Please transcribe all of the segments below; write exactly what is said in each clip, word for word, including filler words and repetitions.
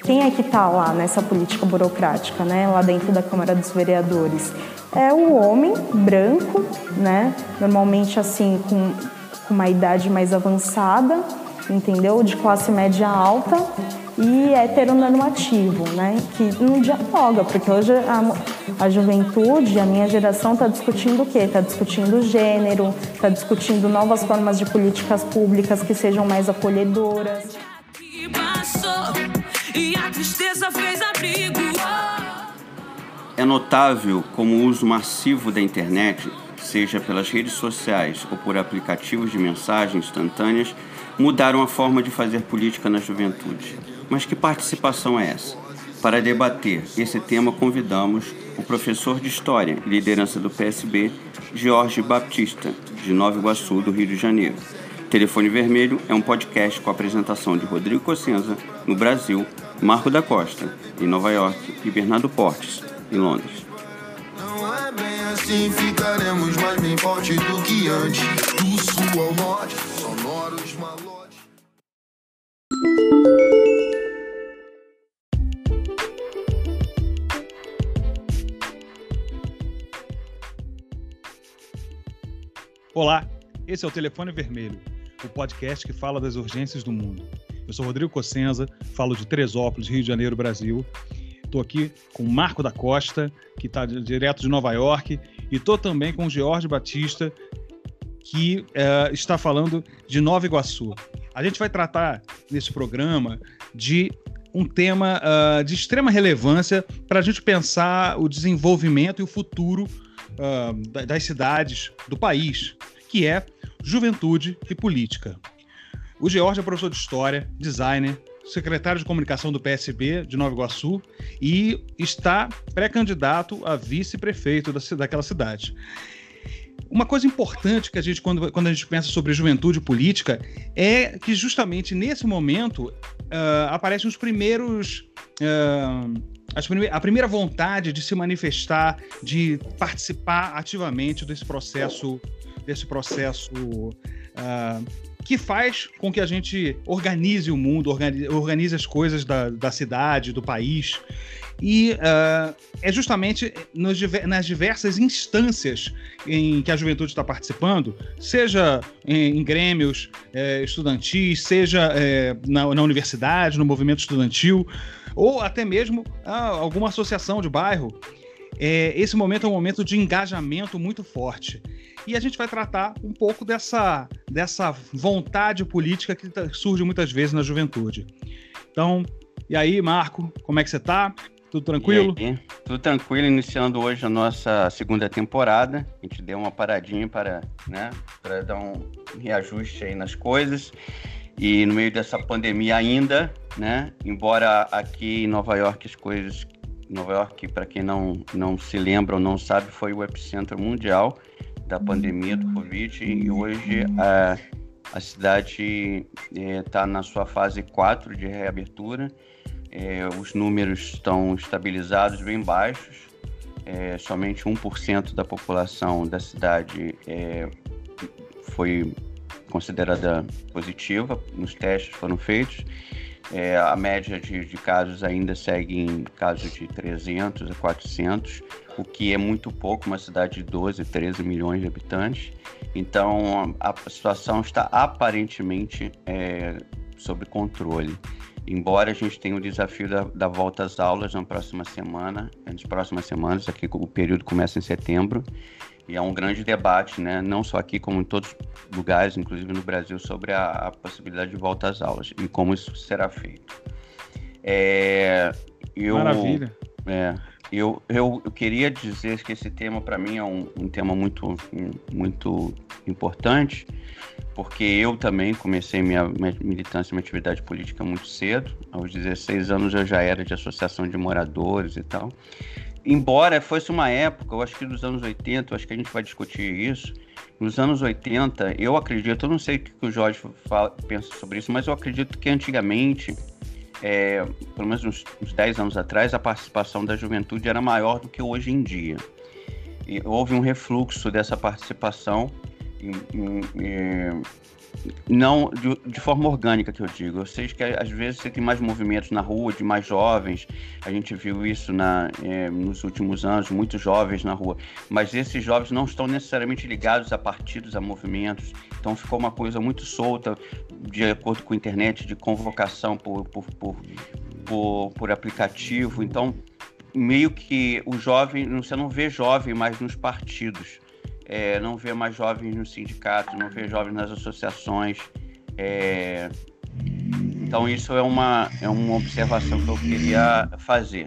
Quem é que está lá nessa política burocrática, né? Lá dentro da Câmara dos Vereadores? É o homem branco, né? Normalmente assim, com, com uma idade mais avançada, entendeu? De classe média alta e heteronormativo, né? Que não dialoga, porque hoje a, a juventude, a minha geração está discutindo o quê? Está discutindo gênero, está discutindo novas formas de políticas públicas que sejam mais acolhedoras. E a tristeza fez abrigo. É notável como o uso massivo da internet, seja pelas redes sociais ou por aplicativos de mensagens instantâneas, mudaram a forma de fazer política na juventude. Mas que participação é essa? Para debater esse tema, convidamos o professor de História e Liderança do P S B, Jorge Baptista, de Nova Iguaçu, do Rio de Janeiro. Telefone Vermelho é um podcast com a apresentação de Rodrigo Cossenza, no Brasil, Marco da Costa, em Nova York, e Bernardo Portes, em Londres. Não é bem assim, ficaremos mais bem forte do que antes. Do sul ao norte, sonoros malotes. Olá, esse é o Telefone Vermelho, o podcast que fala das urgências do mundo. Eu sou Rodrigo Cossenza, falo de Teresópolis, Rio de Janeiro, Brasil. Estou aqui com o Marco da Costa, que está direto de Nova York, e estou também com o Jorge Batista, que uh, está falando de Nova Iguaçu. A gente vai tratar nesse programa de um tema uh, de extrema relevância para a gente pensar o desenvolvimento e o futuro uh, das cidades do país, que é juventude e política. O Jorge é professor de História, designer, secretário de Comunicação do P S B de Nova Iguaçu e está pré-candidato a vice-prefeito da, daquela cidade. Uma coisa importante que a gente, quando, quando a gente pensa sobre juventude política, é que justamente nesse momento uh, aparecem os primeiros... Uh, as prime- a primeira vontade de se manifestar, de participar ativamente desse processo, desse processo uh, que faz com que a gente organize o mundo, organize, organize as coisas da, da cidade, do país. E uh, é justamente nos, nas diversas instâncias em que a juventude está participando, seja em, em grêmios eh, estudantis, seja eh, na, na universidade, no movimento estudantil, ou até mesmo ah, alguma associação de bairro. É, esse momento é um momento de engajamento muito forte. E a gente vai tratar um pouco dessa, dessa vontade política que surge muitas vezes na juventude. Então, e aí, Marco, como é que você está? Tudo tranquilo? E aí? Tudo tranquilo, iniciando hoje a nossa segunda temporada. A gente deu uma paradinha para, né, para dar um reajuste aí nas coisas. E no meio dessa pandemia ainda, né, embora aqui em Nova York as coisas... Nova York, para quem não, não se lembra ou não sabe, foi o epicentro mundial da pandemia do Covid e hoje a, a cidade está é, na sua fase quatro de reabertura. É, os números estão estabilizados bem baixos, é, somente um por cento da população da cidade é, foi considerada positiva, os testes foram feitos. É, a média de, de casos ainda segue em casos de trezentos a quatrocentos, o que é muito pouco, uma cidade de doze, treze milhões de habitantes. Então, a, a situação está aparentemente é, sob controle. Embora a gente tenha o desafio da, da volta às aulas na próxima semana, nas próximas semanas, aqui o período começa em setembro, e há um grande debate, né, não só aqui como em todos os lugares, inclusive no Brasil, sobre a, a possibilidade de volta às aulas e como isso será feito. É, eu, Maravilha. É, eu, eu, eu queria dizer que esse tema, para mim, é um, um tema muito, muito importante, porque eu também comecei minha, minha militância, minha atividade política muito cedo. Aos dezesseis anos eu já era de associação de moradores e tal. Embora fosse uma época, eu acho que nos anos oitenta, eu acho que a gente vai discutir isso, nos anos oitenta, eu acredito, eu não sei o que o Jorge fala, pensa sobre isso, mas eu acredito que antigamente, é, pelo menos uns, uns dez anos atrás, a participação da juventude era maior do que hoje em dia. E houve um refluxo dessa participação em, em, em, não de, de forma orgânica, que eu digo. Eu sei que às vezes você tem mais movimentos na rua, de mais jovens, a gente viu isso na, é, nos últimos anos, muitos jovens na rua, mas esses jovens não estão necessariamente ligados a partidos, a movimentos, então ficou uma coisa muito solta, de acordo com a internet, de convocação por, por, por, por, por aplicativo. Então, meio que o jovem, você não vê jovem mais nos partidos, é, não vê mais jovens nos sindicatos, não vê jovens nas associações. É... Então isso é uma, é uma observação que eu queria fazer.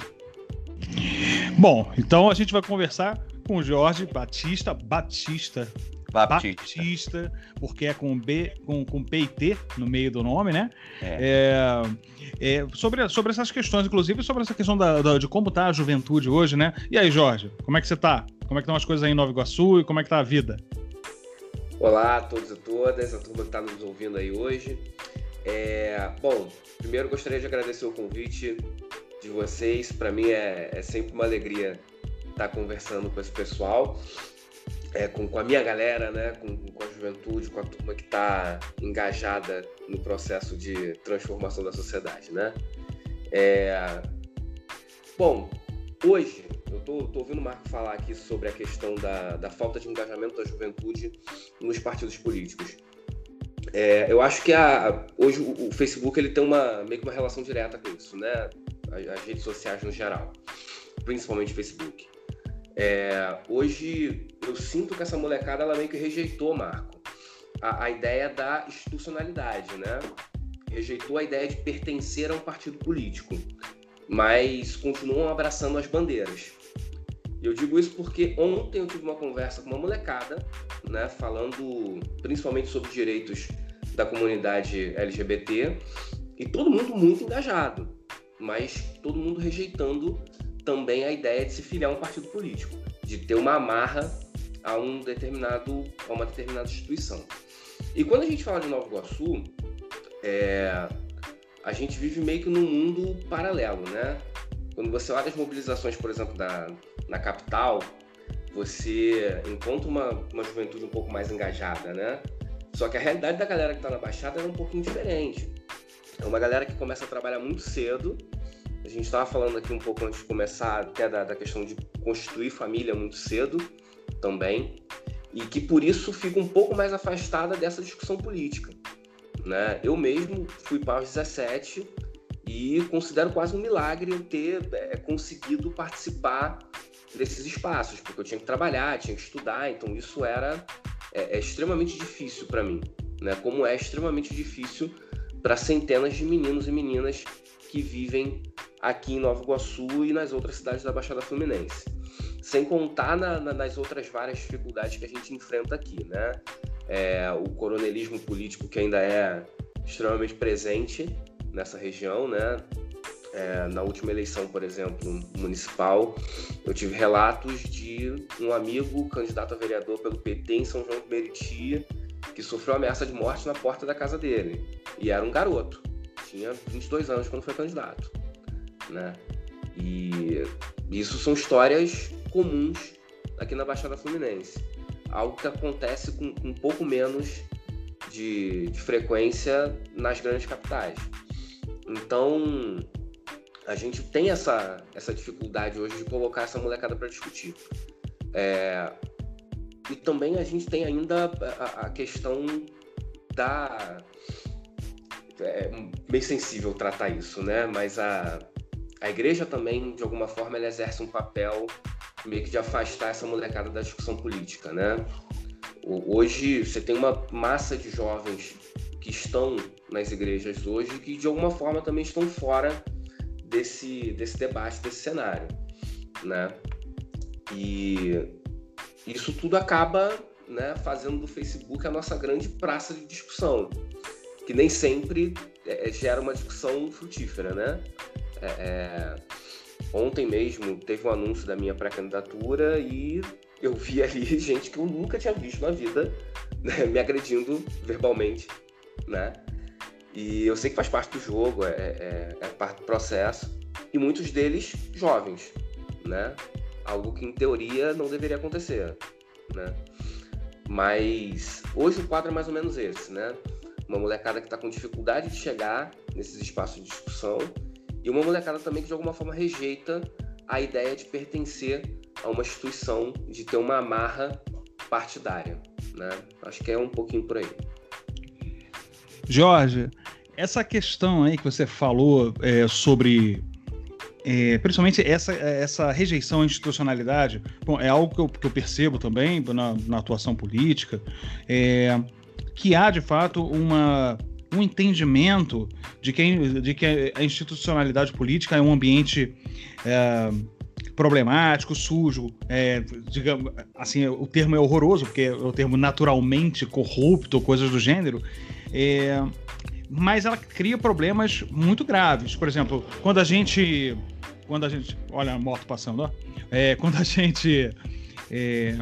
Bom, então a gente vai conversar com o Jorge Batista, Batista, Baptista. Batista, porque é com B, com, com P e T no meio do nome, né? É. É, é, sobre, sobre essas questões, inclusive sobre essa questão da, da, de como está a juventude hoje, né? E aí, Jorge, como é que você está? Como é que estão as coisas aí em Nova Iguaçu e como é que está a vida? Olá a todos e todas, a turma que está nos ouvindo aí hoje. É, bom, primeiro gostaria de agradecer o convite de vocês. Para mim é, é sempre uma alegria estar conversando com esse pessoal. É, com, com a minha galera, né, com, com a juventude, com a turma que está engajada no processo de transformação da sociedade, né? É... Bom, hoje eu tô, tô ouvindo o Marco falar aqui sobre a questão da, da falta de engajamento da juventude nos partidos políticos. É, eu acho que a, hoje o, o Facebook ele tem uma, meio que uma relação direta com isso, né? As, as redes sociais no geral, principalmente o Facebook. É, hoje eu sinto que essa molecada ela meio que rejeitou, Marco, a, a ideia da institucionalidade, né? Rejeitou a ideia de pertencer a um partido político, mas continuam abraçando as bandeiras. E eu digo isso porque ontem eu tive uma conversa com uma molecada, né, falando principalmente sobre direitos da comunidade L G B T, e todo mundo muito engajado, mas todo mundo rejeitando também a ideia de se filiar a um partido político, de ter uma amarra a, um determinado, a uma determinada instituição. E quando a gente fala de Nova Iguaçu, é, a gente vive meio que num mundo paralelo, né? Quando você olha as mobilizações, por exemplo, da, na capital, você encontra uma, uma juventude um pouco mais engajada, né? Só que a realidade da galera que está na Baixada é um pouquinho diferente. É uma galera que começa a trabalhar muito cedo. A gente estava falando aqui um pouco antes de começar até da, da questão de constituir família muito cedo também, e que por isso fica um pouco mais afastada dessa discussão política, né? Eu mesmo fui pai aos dezessete e considero quase um milagre eu ter é, conseguido participar desses espaços, porque eu tinha que trabalhar, tinha que estudar, então isso era é, é extremamente difícil para mim, né? Como é extremamente difícil para centenas de meninos e meninas que vivem aqui em Nova Iguaçu e nas outras cidades da Baixada Fluminense. Sem contar na, na, nas outras várias dificuldades que a gente enfrenta aqui, né? É, o coronelismo político que ainda é extremamente presente nessa região, né? É, na última eleição, por exemplo, municipal, eu tive relatos de um amigo candidato a vereador pelo P T em São João do Meriti que sofreu ameaça de morte na porta da casa dele. E era um garoto, tinha vinte e dois anos quando foi candidato, né? E isso são histórias comuns aqui na Baixada Fluminense. Algo que acontece com um pouco menos de, de frequência nas grandes capitais. Então, a gente tem essa, essa dificuldade hoje de colocar essa molecada para discutir. É, e também a gente tem ainda a, a questão da... É meio sensível tratar isso, né? Mas a, a igreja também, de alguma forma, ela exerce um papel meio que de afastar essa molecada da discussão política, né? Hoje, você tem uma massa de jovens que estão nas igrejas hoje que, de alguma forma, também estão fora desse, desse debate, desse cenário, né? E isso tudo acaba, né, fazendo do Facebook a nossa grande praça de discussão, que nem sempre é, gera uma discussão frutífera, né? É, é, ontem mesmo teve um anúncio da minha pré-candidatura e eu vi ali gente que eu nunca tinha visto na vida, né, me agredindo verbalmente, né? E eu sei que faz parte do jogo, é, é, é parte do processo, e muitos deles jovens, né? Algo que em teoria não deveria acontecer, né? Mas hoje o quadro é mais ou menos esse, né? Uma molecada que está com dificuldade de chegar nesses espaços de discussão e uma molecada também que de alguma forma rejeita a ideia de pertencer a uma instituição, de ter uma amarra partidária, né? Acho que é um pouquinho por aí. Jorge, essa questão aí que você falou é, sobre, é, principalmente essa, essa rejeição à institucionalidade, bom, é algo que eu, que eu percebo também na, na atuação política, é, que há de fato uma, um entendimento de que, de que a institucionalidade política é um ambiente é, problemático, sujo, é, digamos assim, o termo é horroroso, porque é o termo naturalmente corrupto, coisas do gênero, é, mas ela cria problemas muito graves. Por exemplo, quando a gente, quando a gente, olha a moto passando, ó, é, quando a gente é,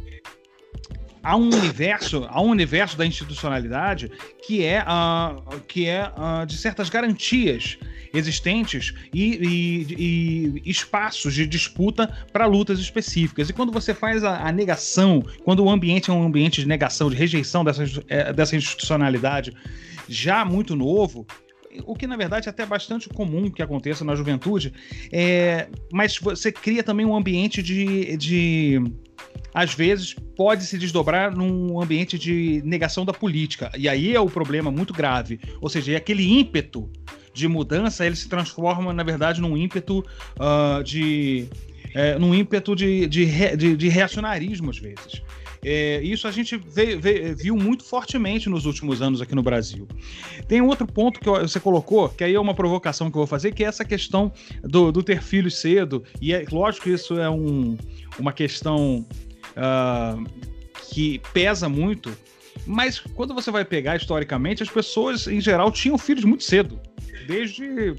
há um universo, há um universo da institucionalidade que é, uh, que é uh, de certas garantias existentes e, e, e espaços de disputa para lutas específicas. E quando você faz a, a negação, quando o ambiente é um ambiente de negação, de rejeição dessa, dessa institucionalidade já muito novo, o que na verdade é até bastante comum que aconteça na juventude, é, mas você cria também um ambiente de... de às vezes pode se desdobrar num ambiente de negação da política, e aí é o problema muito grave, ou seja, é aquele ímpeto de mudança, ele se transforma na verdade num ímpeto uh, de é, num ímpeto de, de, re, de, de reacionarismo às vezes. É, isso a gente vê, vê, viu muito fortemente nos últimos anos aqui no Brasil. Tem um outro ponto que você colocou, que aí é uma provocação que eu vou fazer, que é essa questão do, do ter filhos cedo, e é lógico que isso é um, uma questão uh, que pesa muito, mas quando você vai pegar historicamente, as pessoas em geral tinham filhos muito cedo, desde...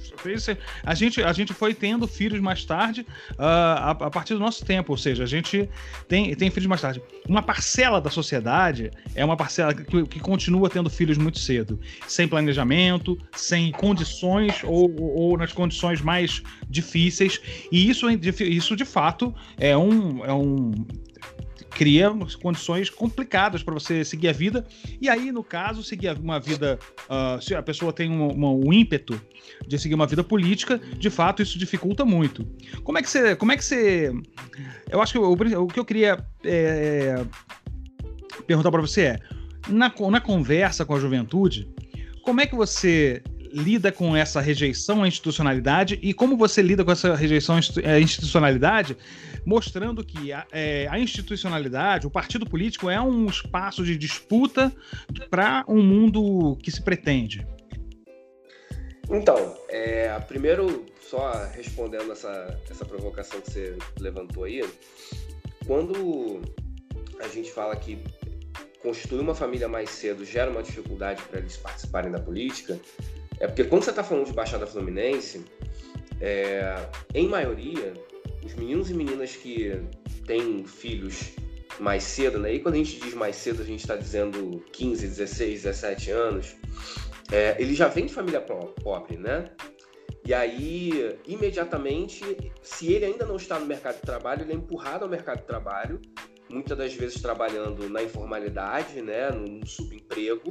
A gente, a gente foi tendo filhos mais tarde, uh, a, a partir do nosso tempo, ou seja, a gente tem, tem filhos mais tarde. Uma parcela da sociedade é uma parcela que, que continua tendo filhos muito cedo, sem planejamento, sem condições ou, ou nas condições mais difíceis, e isso, isso de fato é um... É um cria condições complicadas para você seguir a vida, e aí, no caso, seguir uma vida, uh, se a pessoa tem um, uma, um ímpeto de seguir uma vida política, de fato, isso dificulta muito. Como é que você... Como é que você eu acho que o, o que eu queria é, perguntar para você é, na, na conversa com a juventude, como é que você lida com essa rejeição à institucionalidade e como você lida com essa rejeição à institucionalidade, mostrando que a, é, a institucionalidade, o partido político é um espaço de disputa para um mundo que se pretende? Então, é, primeiro, só respondendo essa, essa provocação que você levantou aí, quando a gente fala que constituir uma família mais cedo gera uma dificuldade para eles participarem da política, é porque quando você está falando de Baixada Fluminense, é, em maioria, os meninos e meninas que têm filhos mais cedo, né? E quando a gente diz mais cedo, a gente está dizendo quinze, dezesseis, dezessete anos, é, ele já vem de família pobre, né? E aí, imediatamente, se ele ainda não está no mercado de trabalho, ele é empurrado ao mercado de trabalho, muitas das vezes trabalhando na informalidade, né? No subemprego,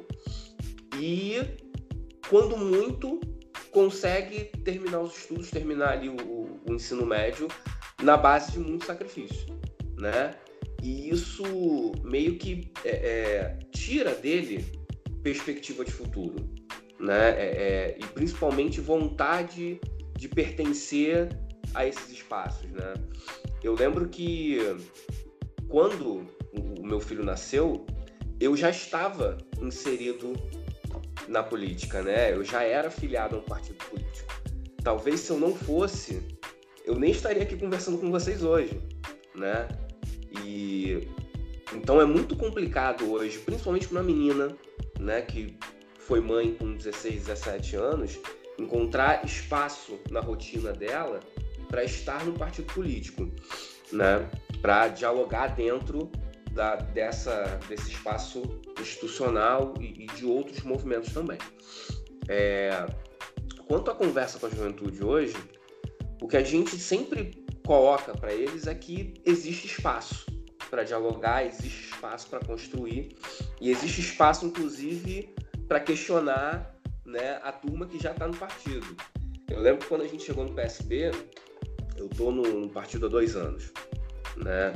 e quando muito, consegue terminar os estudos, terminar ali o, o ensino médio na base de muito sacrifício, né? E isso meio que é, é, tira dele perspectiva de futuro, né? É, é, e principalmente vontade de pertencer a esses espaços, né? Eu lembro que quando o meu filho nasceu, eu já estava inserido na política, né? Eu já era filiado a um partido político. Talvez se eu não fosse, eu nem estaria aqui conversando com vocês hoje, né? E então é muito complicado hoje, principalmente para uma menina, né, que foi mãe com dezesseis, dezessete anos, encontrar espaço na rotina dela para estar no partido político, né? Para dialogar dentro Da, dessa, desse espaço institucional e, e de outros movimentos também. É, quanto à conversa com a juventude hoje, o que a gente sempre coloca para eles é que existe espaço, para dialogar, existe espaço para construir e existe espaço, inclusive, para questionar, né, a turma que já está no partido. Eu lembro que quando a gente chegou no P S B, eu estou no, no partido há dois anos, né?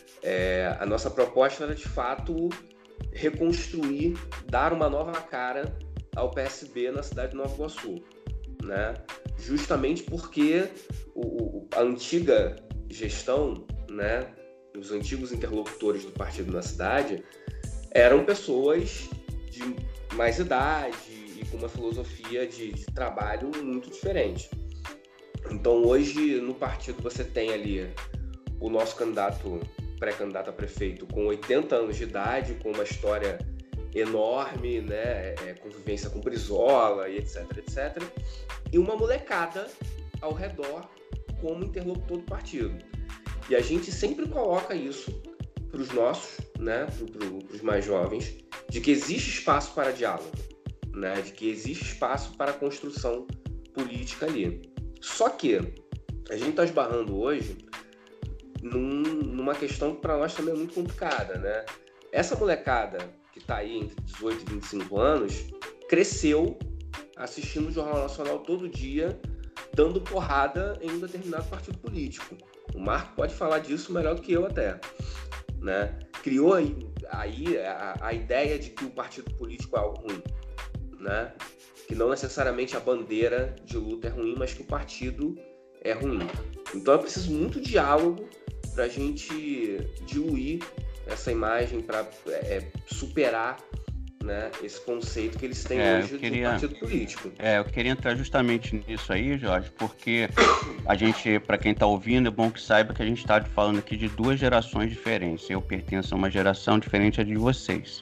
É, a nossa proposta era, de fato, reconstruir, dar uma nova cara ao P S B na cidade de Nova Iguaçu, né? Justamente porque o, o, a antiga gestão, né, os antigos interlocutores do partido na cidade eram pessoas de mais idade e com uma filosofia de, de trabalho muito diferente. Então hoje no partido você tem ali o nosso candidato, pré-candidato a prefeito com oitenta anos de idade, com uma história enorme, né, é, convivência com Brizola e etc, etc, e uma molecada ao redor como interlocutor do partido. E a gente sempre coloca isso para os nossos, né, para os mais jovens, de que existe espaço para diálogo, né, de que existe espaço para construção política ali. Só que a gente está esbarrando hoje num, numa questão que para nós também é muito complicada, né? Essa molecada que está aí entre dezoito e vinte e cinco anos cresceu assistindo o Jornal Nacional todo dia, dando porrada em um determinado partido político. O Marco pode falar disso melhor do que eu até, né? Criou aí, aí a, a ideia de que o partido político é algo ruim, né? Que não necessariamente a bandeira de luta é ruim, mas que o partido é ruim. Então é preciso muito diálogo para a gente diluir essa imagem, para é, superar, né, esse conceito que eles têm é, hoje queria, do partido político. É, eu queria entrar justamente nisso aí, Jorge, porque a gente, para quem está ouvindo, é bom que saiba que a gente está falando aqui de duas gerações diferentes. Eu pertenço a uma geração diferente da de vocês.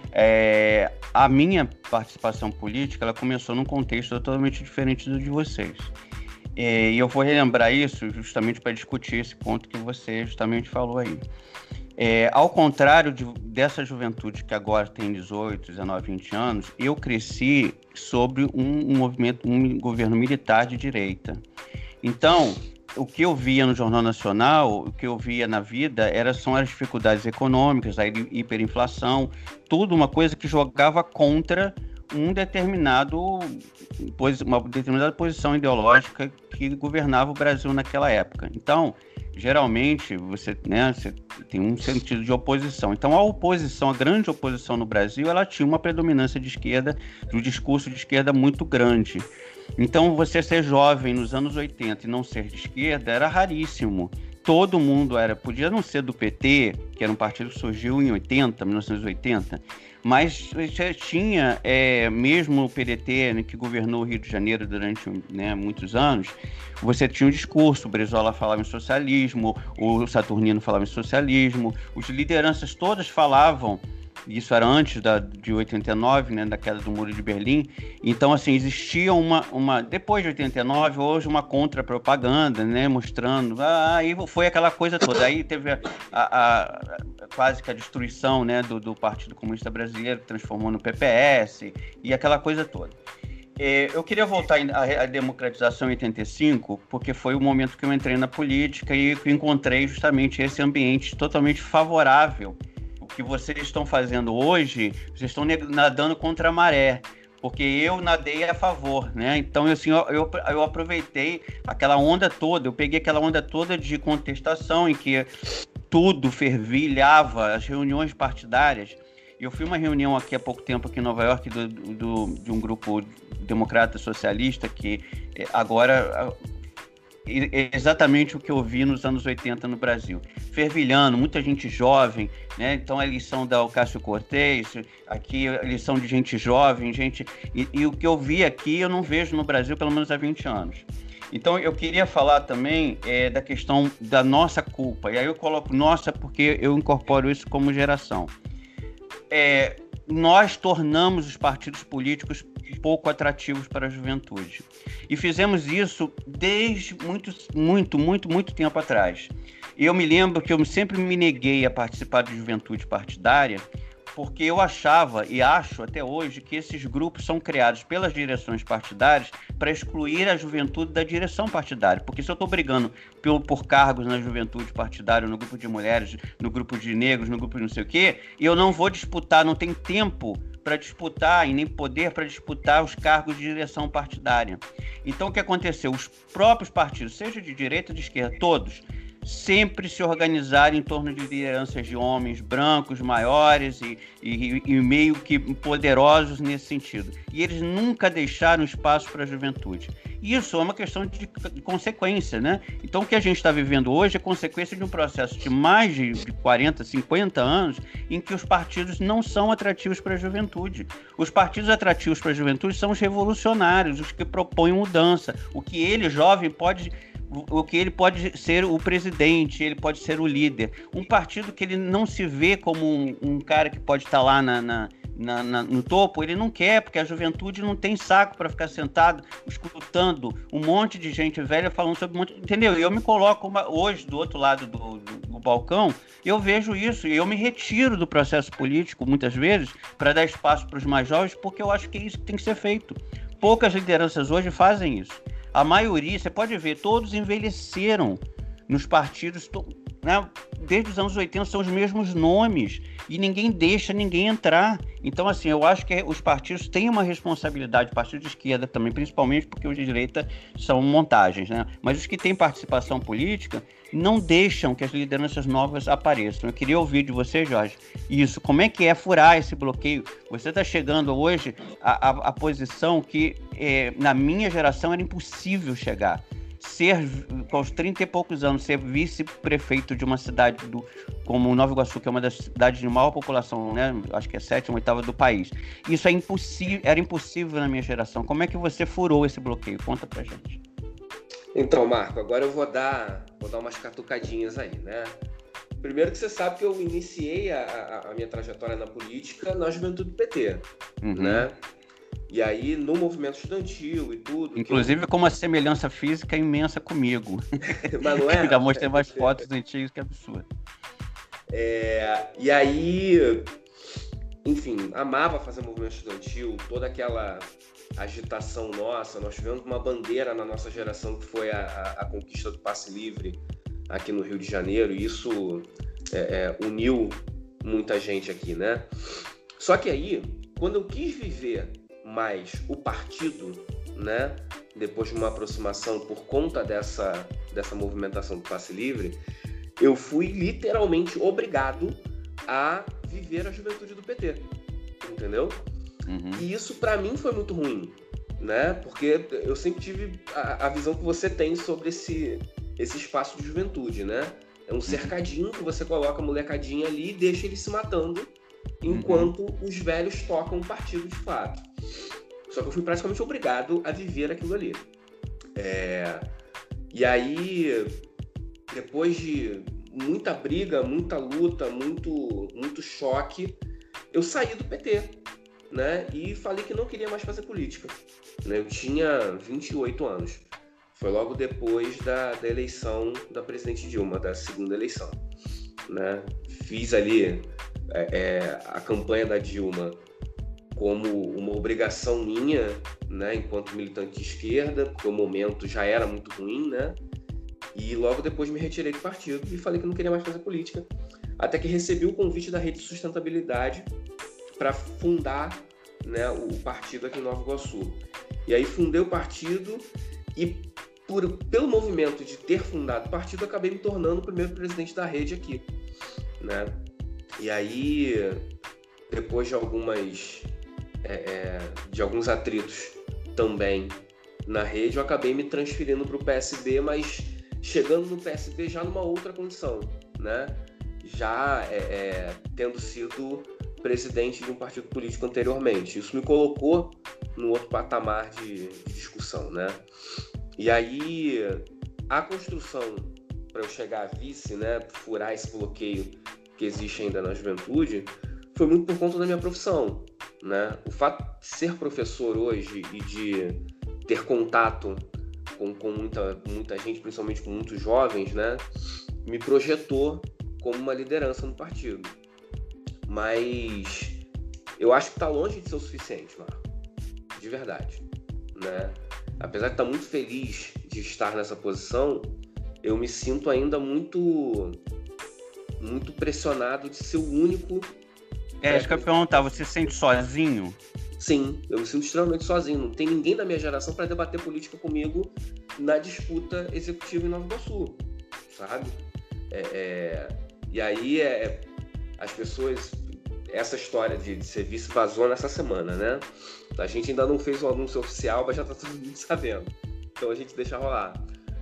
É, a minha participação política, ela começou num contexto totalmente diferente do de vocês. É, e eu vou relembrar isso justamente para discutir esse ponto que você justamente falou aí. É, ao contrário de, dessa juventude que agora tem dezoito, dezenove, vinte anos, eu cresci sobre um, um movimento, um governo militar de direita. Então, o que eu via no Jornal Nacional, o que eu via na vida, era, são as dificuldades econômicas, a hiperinflação, tudo uma coisa que jogava contra um determinado, uma determinada posição ideológica que governava o Brasil naquela época. Então, geralmente, você, né, você tem um sentido de oposição. Então, a oposição, a grande oposição no Brasil, ela tinha uma predominância de esquerda, do discurso de esquerda muito grande. Então, você ser jovem nos anos oitenta e não ser de esquerda era raríssimo. Todo mundo era, podia não ser do P T, que era um partido que surgiu em oitenta, mil novecentos e oitenta, mas já tinha, é, mesmo o P D T, né, que governou o Rio de Janeiro durante, né, muitos anos, você tinha um discurso, o Brizola falava em socialismo, o Saturnino falava em socialismo, as lideranças todas falavam. Isso era antes da, de oitenta e nove, né, da queda do Muro de Berlim. Então, assim, existia uma, uma... Depois de oitenta e nove, hoje uma contra-propaganda, né, mostrando... Ah, aí foi aquela coisa toda. Aí teve a, a, a, quase que a destruição, né, do, do Partido Comunista Brasileiro, que transformou no P P S, e aquela coisa toda. É, eu queria voltar à democratização em oitenta e cinco, porque foi o momento que eu entrei na política e encontrei justamente esse ambiente totalmente favorável. Que vocês estão fazendo hoje, vocês estão nadando contra a maré, porque eu nadei a favor, né? Então, assim, eu, eu, eu aproveitei aquela onda toda, eu peguei aquela onda toda de contestação em que tudo fervilhava, as reuniões partidárias. Eu fui a uma reunião aqui há pouco tempo, aqui em Nova York, do, do, de um grupo democrata socialista, que agora... exatamente o que eu vi nos anos oitenta no Brasil. Fervilhando, muita gente jovem, né? Então a eleição da Ocasio-Cortez, aqui a eleição de gente jovem, gente... E, e o que eu vi aqui eu não vejo no Brasil pelo menos há vinte anos. Então eu queria falar também é, da questão da nossa culpa. E aí eu coloco nossa porque eu incorporo isso como geração. É, nós tornamos os partidos políticos pouco atrativos para a juventude. E fizemos isso desde muito, muito, muito, muito tempo atrás. Eu me lembro que eu sempre me neguei a participar de juventude partidária porque eu achava e acho até hoje que esses grupos são criados pelas direções partidárias para excluir a juventude da direção partidária. Porque se eu estou brigando por, por cargos na juventude partidária, no grupo de mulheres, no grupo de negros, no grupo de não sei o quê, eu não vou disputar, não tem tempo para disputar e nem poder para disputar os cargos de direção partidária. Então, o que aconteceu? Os próprios partidos, seja de direita ou de esquerda, todos, sempre se organizaram em torno de lideranças de homens brancos, maiores e, e, e meio que poderosos nesse sentido. E eles nunca deixaram espaço para a juventude. Isso é uma questão de, de consequência, né? Então, o que a gente está vivendo hoje é consequência de um processo de mais de, de quarenta, cinquenta anos em que os partidos não são atrativos para a juventude. Os partidos atrativos para a juventude são os revolucionários, os que propõem mudança. O que ele, jovem, pode... o que ele pode ser o presidente, ele pode ser o líder. Um partido que ele não se vê como um, um cara que pode estar lá na, na, na, na, no topo, ele não quer, porque a juventude não tem saco para ficar sentado escutando um monte de gente velha falando sobre um monte... Entendeu? E eu me coloco uma, hoje do outro lado do, do, do balcão, eu vejo isso, e eu me retiro do processo político, muitas vezes, para dar espaço para os mais jovens, porque eu acho que é isso que tem que ser feito. Poucas lideranças hoje fazem isso. A maioria, você pode ver, todos envelheceram nos partidos, né? Desde os anos oitenta são os mesmos nomes e ninguém deixa ninguém entrar. Então, assim, eu acho que os partidos têm uma responsabilidade, partido de esquerda também, principalmente porque os de direita são montagens, né? Mas os que têm participação política não deixam que as lideranças novas apareçam. Eu queria ouvir de você, Jorge, isso. Como é que é furar esse bloqueio? Você está chegando hoje à, à, à posição que, é, na minha geração, era impossível chegar. Ser, com os trinta e poucos anos, ser vice-prefeito de uma cidade do, como Nova Iguaçu, que é uma das cidades de maior população, né? Acho que é a sétima, oitava do país. Isso é impossível, era impossível na minha geração. Como é que você furou esse bloqueio? Conta pra gente. Então, Marco, agora eu vou dar, vou dar umas catucadinhas aí, né? Primeiro que você sabe que eu iniciei a, a, a minha trajetória na política na juventude do P T, uhum. né? E aí, no movimento estudantil e tudo... Inclusive eu... com uma semelhança física imensa comigo. Mas não é? Já mostrei umas fotos antigas, que é absurdo. É, e aí, enfim, amava fazer movimento estudantil, toda aquela agitação nossa. Nós tivemos uma bandeira na nossa geração que foi a, a, a conquista do passe livre aqui no Rio de Janeiro, e isso é, é, uniu muita gente aqui, né? Só que aí, quando eu quis viver mais o partido, né, depois de uma aproximação por conta dessa, dessa movimentação do passe livre, eu fui literalmente obrigado a viver a juventude do P T, entendeu? Uhum. E isso para mim foi muito ruim, né, porque eu sempre tive a, a visão que você tem sobre esse, esse espaço de juventude, né? É um cercadinho que você coloca a molecadinha ali e deixa eles se matando enquanto uhum. os velhos tocam o partido de fato. Só que eu fui praticamente obrigado a viver aquilo ali. É... E aí, depois de muita briga, muita luta, muito, muito choque, eu saí do P T, né? E falei que não queria mais fazer política, né? Eu tinha vinte e oito anos. Foi logo depois da, da eleição da presidente Dilma, da segunda eleição, né? Fiz ali é, é, a campanha da Dilma como uma obrigação minha, né, enquanto militante de esquerda, porque o momento já era muito ruim, né? E logo depois me retirei do partido e falei que não queria mais fazer política, até que recebi o convite da Rede de Sustentabilidade para fundar, né, o partido aqui em Nova Iguaçu. E aí fundei o partido e por, pelo movimento de ter fundado o partido, acabei me tornando o primeiro presidente da rede aqui, né? E aí, depois de algumas é, é, de alguns atritos também na rede, eu acabei me transferindo para o P S B, mas chegando no P S B já numa outra condição, né? Já é, é, tendo sido presidente de um partido político anteriormente. Isso me colocou no outro patamar de, de discussão, né? E aí, a construção para eu chegar a vice, né, furar esse bloqueio que existe ainda na juventude, foi muito por conta da minha profissão, né? O fato de ser professor hoje e de ter contato com, com muita, muita gente, principalmente com muitos jovens, né, me projetou como uma liderança no partido. mas eu acho que está longe de ser o suficiente, Marco, de verdade, né? Apesar de estar muito feliz de estar nessa posição, eu me sinto ainda muito, muito pressionado de ser o único. É, acho que eu ia perguntar, você se sente sozinho? Sim, eu me sinto extremamente sozinho. Não tem ninguém da minha geração para debater política comigo na disputa executiva em Nova Iguaçu, sabe? É, é... E aí, é... as pessoas... Essa história de, de ser vice vazou nessa semana, né? A gente ainda não fez o anúncio oficial, mas já tá todo mundo sabendo. Então a gente deixa rolar.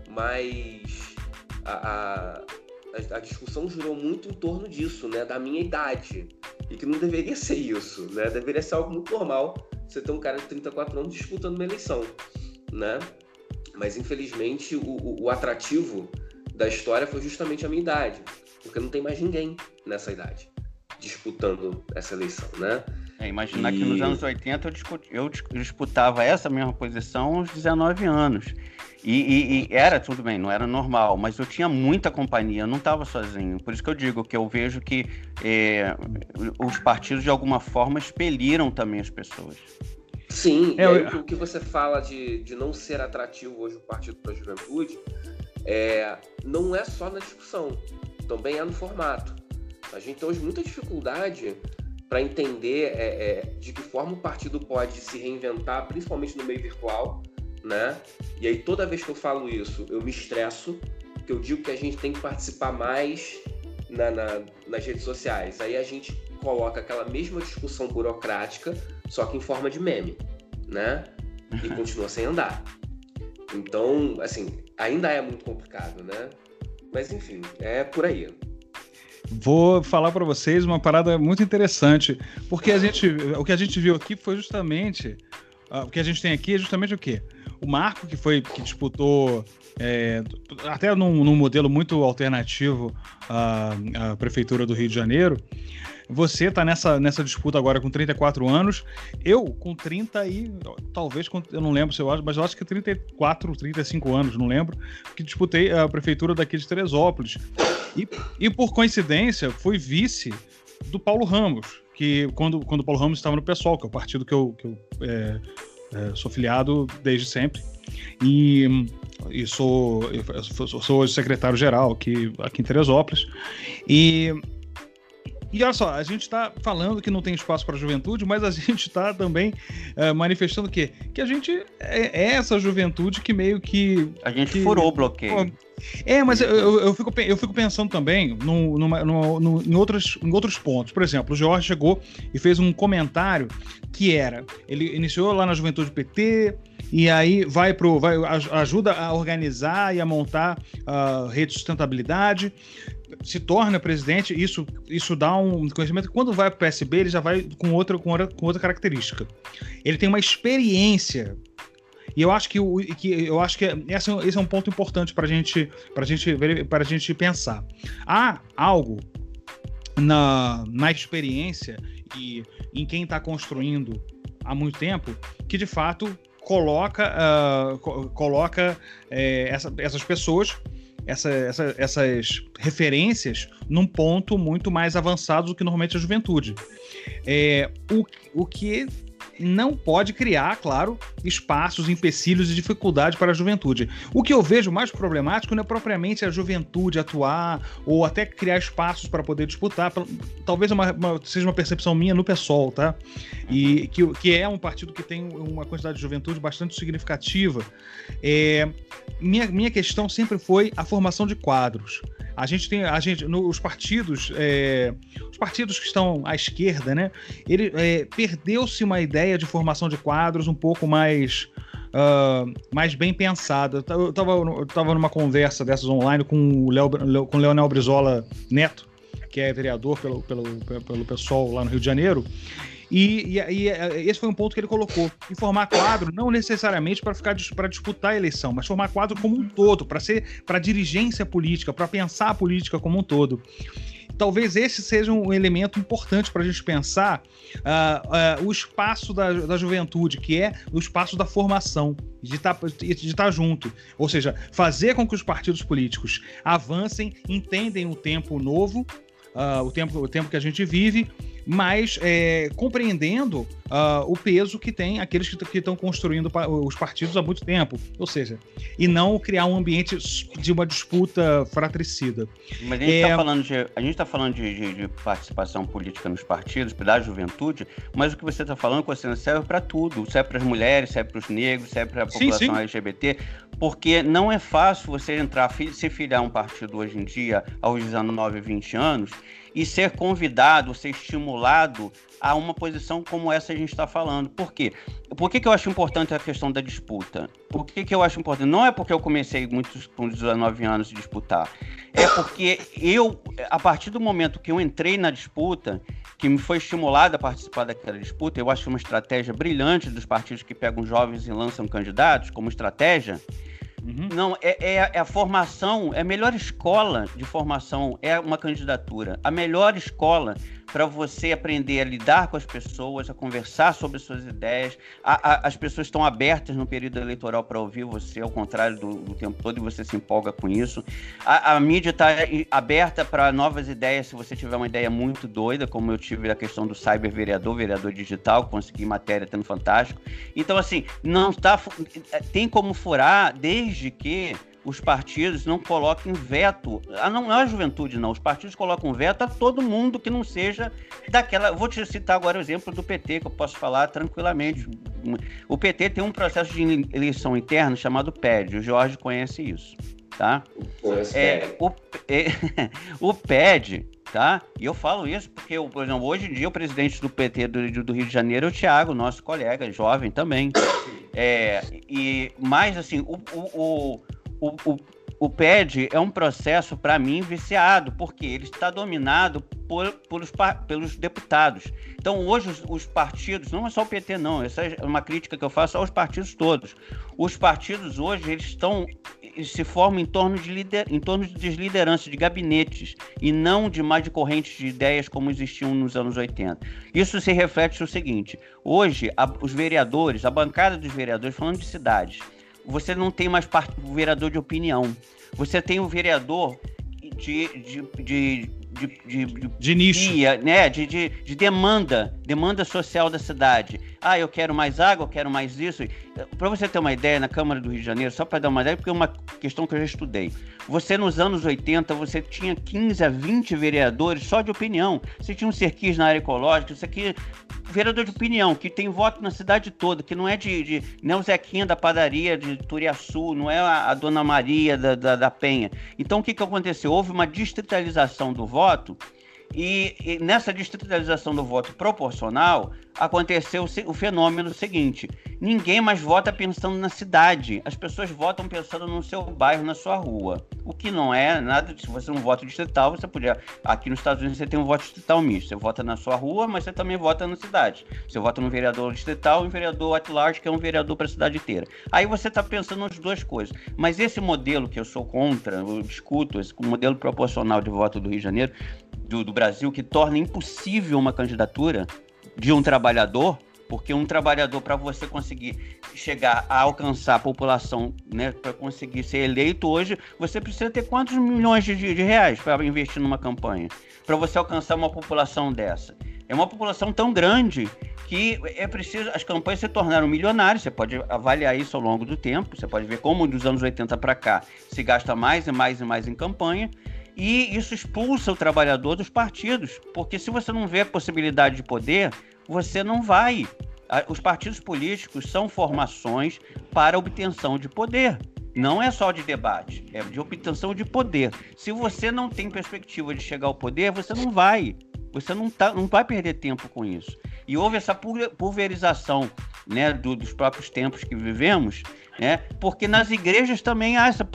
Mas a, a, a discussão girou muito em torno disso, né? Da minha idade. E que não deveria ser isso, né? Deveria ser algo muito normal você ter um cara de trinta e quatro anos disputando uma eleição, né? Mas infelizmente o, o, o atrativo da história foi justamente a minha idade. Porque não tem mais ninguém nessa idade disputando essa eleição, né? É, imaginar e... que nos anos oitenta eu, discut... eu disputava essa mesma posição aos dezenove anos. E, e, e era, tudo bem, não era normal, mas eu tinha muita companhia, eu não estava sozinho. Por isso que eu digo que eu vejo que é, os partidos, de alguma forma, expeliram também as pessoas. Sim, é, e aí, eu... o que você fala de, de não ser atrativo hoje o Partido da Juventude, é, não é só na discussão, também é no formato. A gente tem hoje muita dificuldade para entender é, é, de que forma o partido pode se reinventar, principalmente no meio virtual, né? E aí toda vez que eu falo isso, eu me estresso, porque eu digo que a gente tem que participar mais na, na, nas redes sociais. Aí a gente coloca aquela mesma discussão burocrática, só que em forma de meme, né? E continua sem andar. Então, assim, ainda é muito complicado, né? Mas enfim, é por aí. Vou falar para vocês uma parada muito interessante, porque a gente, o que a gente viu aqui foi justamente, uh, o que a gente tem aqui é justamente o quê? O Marco, que foi, que disputou, é, até num, num modelo muito alternativo à, à Prefeitura do Rio de Janeiro. Você está nessa, nessa disputa agora com trinta e quatro anos, eu com trinta e, talvez, eu não lembro se eu acho, mas eu acho que trinta e quatro, trinta e cinco anos, não lembro, que disputei a Prefeitura daqui de Teresópolis. E, e por coincidência, fui vice do Paulo Ramos, que quando, quando o Paulo Ramos estava no PSOL, que é o partido que eu, que eu é, é, sou filiado desde sempre, e, e sou, eu sou, sou hoje secretário-geral aqui, aqui em Teresópolis, e... E olha só, a gente está falando que não tem espaço para a juventude, mas a gente está também é, manifestando o quê? Que a gente é, é essa juventude que meio que... A gente que, furou o bloqueio. É, mas eu, eu, eu, fico, eu fico pensando também no, numa, no, no, em, outros, em outros pontos. Por exemplo, o Jorge chegou e fez um comentário que era... Ele iniciou lá na Juventude P T... E aí vai pro, vai, ajuda a organizar e a montar a uh, rede de sustentabilidade, se torna presidente, isso, isso dá um conhecimento. Quando vai para o P S B, ele já vai com outra, com, outra, com outra característica. Ele tem uma experiência. E eu acho que, o, que, eu acho que esse, esse é um ponto importante para gente, a gente, a gente pensar. Há algo na, na experiência e em quem está construindo há muito tempo que, de fato, coloca, uh, co- coloca é, essa, essas pessoas, essa, essa, essas referências num ponto muito mais avançado do que normalmente a juventude. É, o, o que não pode criar, claro, espaços, empecilhos e dificuldade para a juventude. O que eu vejo mais problemático não é propriamente a juventude atuar ou até criar espaços para poder disputar. Talvez uma, uma, seja uma percepção minha no PSOL, tá? E que, que é um partido que tem uma quantidade de juventude bastante significativa. É, minha, minha questão sempre foi a formação de quadros. A gente tem, a gente, no, os partidos, é, os partidos que estão à esquerda, né? Ele é, perdeu-se uma ideia de formação de quadros um pouco mais, uh, mais bem pensada. Eu estava eu tava numa conversa dessas online com o Leo, com o Leonel Brizola Neto, que é vereador pelo, pelo, pelo PSOL lá no Rio de Janeiro. E, e, e esse foi um ponto que ele colocou. E formar quadro não necessariamente para ficar para disputar a eleição, mas formar quadro como um todo, para ser para dirigência política, para pensar a política como um todo. Talvez esse seja um elemento importante para a gente pensar uh, uh, o espaço da, da juventude, que é o espaço da formação, de estar de estar junto. Ou seja, fazer com que os partidos políticos avancem, entendem o tempo novo, uh, o, tempo, o tempo que a gente vive, mas é, compreendendo uh, o peso que tem aqueles que estão construindo os partidos há muito tempo, ou seja, e não criar um ambiente de uma disputa fratricida. Mas a gente está é... falando, de, a gente tá falando de, de, de participação política nos partidos, da juventude, mas o que você está falando, Cossena, serve para tudo, serve para as mulheres, serve para os negros, serve para a população sim, sim. L G B T, porque não é fácil você entrar, se filiar a um partido hoje em dia, aos dezenove, vinte anos, e ser convidado, ser estimulado a uma posição como essa a gente está falando. Por quê? Por que, que eu acho importante a questão da disputa? Por que, que eu acho importante? Não é porque eu comecei muito com dezenove anos a disputar. É porque eu, a partir do momento que eu entrei na disputa, que me foi estimulado a participar daquela disputa, eu acho uma estratégia brilhante dos partidos que pegam jovens e lançam candidatos como estratégia. Uhum. Não, é, é, é a formação, é a melhor escola de formação, é uma candidatura. A melhor escola para você aprender a lidar com as pessoas, a conversar sobre suas ideias. A, a, as pessoas estão abertas no período eleitoral para ouvir você, ao contrário do, do tempo todo, e você se empolga com isso. A, a mídia está aberta para novas ideias, se você tiver uma ideia muito doida, como eu tive a questão do cyber vereador, vereador digital, consegui matéria tendo fantástico. Então, assim, não tá, tem como furar, desde que os partidos não coloquem veto, ah, não é a juventude não, os partidos colocam veto a todo mundo que não seja daquela, vou te citar agora o exemplo do P T, que eu posso falar tranquilamente. O P T tem um processo de eleição interna chamado P E D, o Jorge conhece isso, tá? É, o, é, o P E D, tá? E eu falo isso porque, eu, por exemplo, hoje em dia o presidente do P T do, do Rio de Janeiro é o Thiago, nosso colega, jovem também. É, e, mas, assim, o, o, o, o, o P E D é um processo, para mim, viciado, porque ele está dominado por, por os, pelos deputados. Então, hoje, os, os partidos, não é só o P T, não, essa é uma crítica que eu faço aos partidos todos. Os partidos, hoje, eles estão... Eles se formam em torno de, lider... em torno de lideranças, de gabinetes, e não de mais de correntes de ideias como existiam nos anos oitenta. Isso se reflete no seguinte: hoje, a... os vereadores, a bancada dos vereadores, falando de cidades, você não tem mais part... vereador de opinião. Você tem o vereador de... de, de... De, de, de, de nicho, dia, né? de, de, de demanda, demanda social da cidade. Ah, eu quero mais água, eu quero mais isso. Para você ter uma ideia, na Câmara do Rio de Janeiro, só para dar uma ideia, porque é uma questão que eu já estudei. Você, nos anos oitenta, você tinha quinze a vinte vereadores só de opinião. Você tinha um Serquis na área ecológica, isso aqui, vereador de opinião, que tem voto na cidade toda, que não é de, de não é o Zequinha da padaria de Turiaçu, não é a, a Dona Maria da, da, da Penha. Então, o que, que aconteceu? Houve uma distritalização do voto, e, e nessa distritalização do voto proporcional, aconteceu o fenômeno seguinte: ninguém mais vota pensando na cidade, as pessoas votam pensando no seu bairro, na sua rua, o que não é nada. Se você não vota distrital, você podia, aqui nos Estados Unidos você tem um voto distrital misto, você vota na sua rua, mas você também vota na cidade, você vota no vereador distrital e um vereador at large, que é um vereador para a cidade inteira. Aí você está pensando nas duas coisas, mas esse modelo que eu sou contra, eu discuto, esse modelo proporcional de voto do Rio de Janeiro, do, do Brasil, que torna impossível uma candidatura de um trabalhador, porque um trabalhador, para você conseguir chegar a alcançar a população, né, para conseguir ser eleito hoje, você precisa ter quantos milhões de, de reais para investir numa campanha, para você alcançar uma população dessa? É uma população tão grande que é preciso, as campanhas se tornaram milionárias. Você pode avaliar isso ao longo do tempo, você pode ver como dos anos oitenta para cá se gasta mais e mais e mais em campanha. E isso expulsa o trabalhador dos partidos, porque se você não vê a possibilidade de poder, você não vai. Os partidos políticos são formações para obtenção de poder. Não é só de debate, é de obtenção de poder. Se você não tem perspectiva de chegar ao poder, você não vai. Você não, tá, não vai perder tempo com isso. E houve essa pulverização, né, do, dos próprios tempos que vivemos, né, porque nas igrejas também há essa,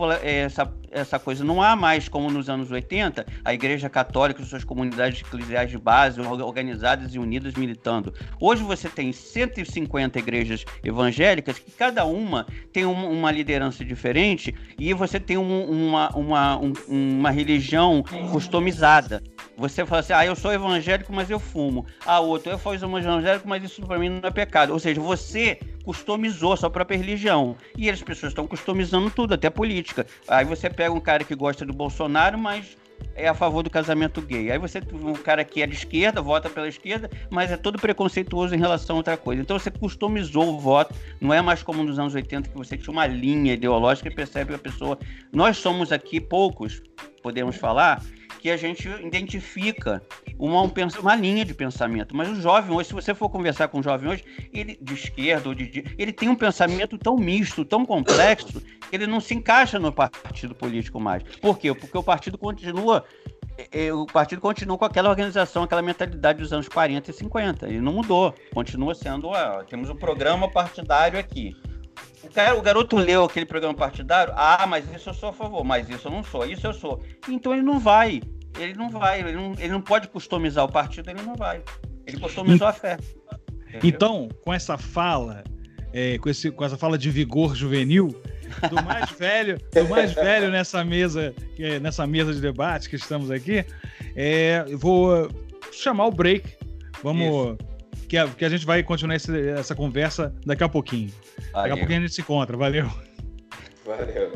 essa, essa coisa. Não há mais, como nos anos oitenta, a Igreja Católica e suas comunidades eclesiais de base organizadas e unidas militando. Hoje você tem cento e cinquenta igrejas evangélicas, que cada uma tem uma, uma liderança diferente, e você tem um, uma, uma, um, uma religião customizada. Você fala assim: ah, eu sou evangélico, mas eu fumo. Ah, outro, eu sou evangélico, mas isso para mim não é pecado. Ou seja, você customizou a sua própria religião. E as pessoas estão customizando tudo, até a política. Aí você pega um cara que gosta do Bolsonaro, mas é a favor do casamento gay. Aí você, um cara que é de esquerda, vota pela esquerda, mas é todo preconceituoso em relação a outra coisa. Então você customizou o voto, não é mais como nos anos oitenta, que você tinha uma linha ideológica e percebe que a pessoa... Nós somos aqui poucos, podemos falar, que a gente identifica uma, uma linha de pensamento. Mas o jovem hoje, se você for conversar com um jovem hoje, ele de esquerda ou de direita, ele tem um pensamento tão misto, tão complexo, que ele não se encaixa no partido político mais. Por quê? Porque o partido continua, é, o partido continua com aquela organização, aquela mentalidade dos anos quarenta e cinquenta. Ele não mudou. Continua sendo, ó, temos um programa partidário aqui. O, cara, o garoto leu aquele programa partidário, ah, mas isso eu sou a favor, mas isso eu não sou, isso eu sou. Então ele não vai, ele não vai, ele não, ele não pode customizar o partido, ele não vai. Ele customizou a fé. Entendeu? Então, com essa fala, é, com, esse, com essa fala de vigor juvenil, do mais velho, do mais velho nessa mesa, nessa mesa de debate que estamos aqui, é, eu vou chamar o break. Vamos... Que a, que a gente vai continuar esse, essa conversa daqui a pouquinho. Valeu. Daqui a pouquinho a gente se encontra. Valeu. Valeu.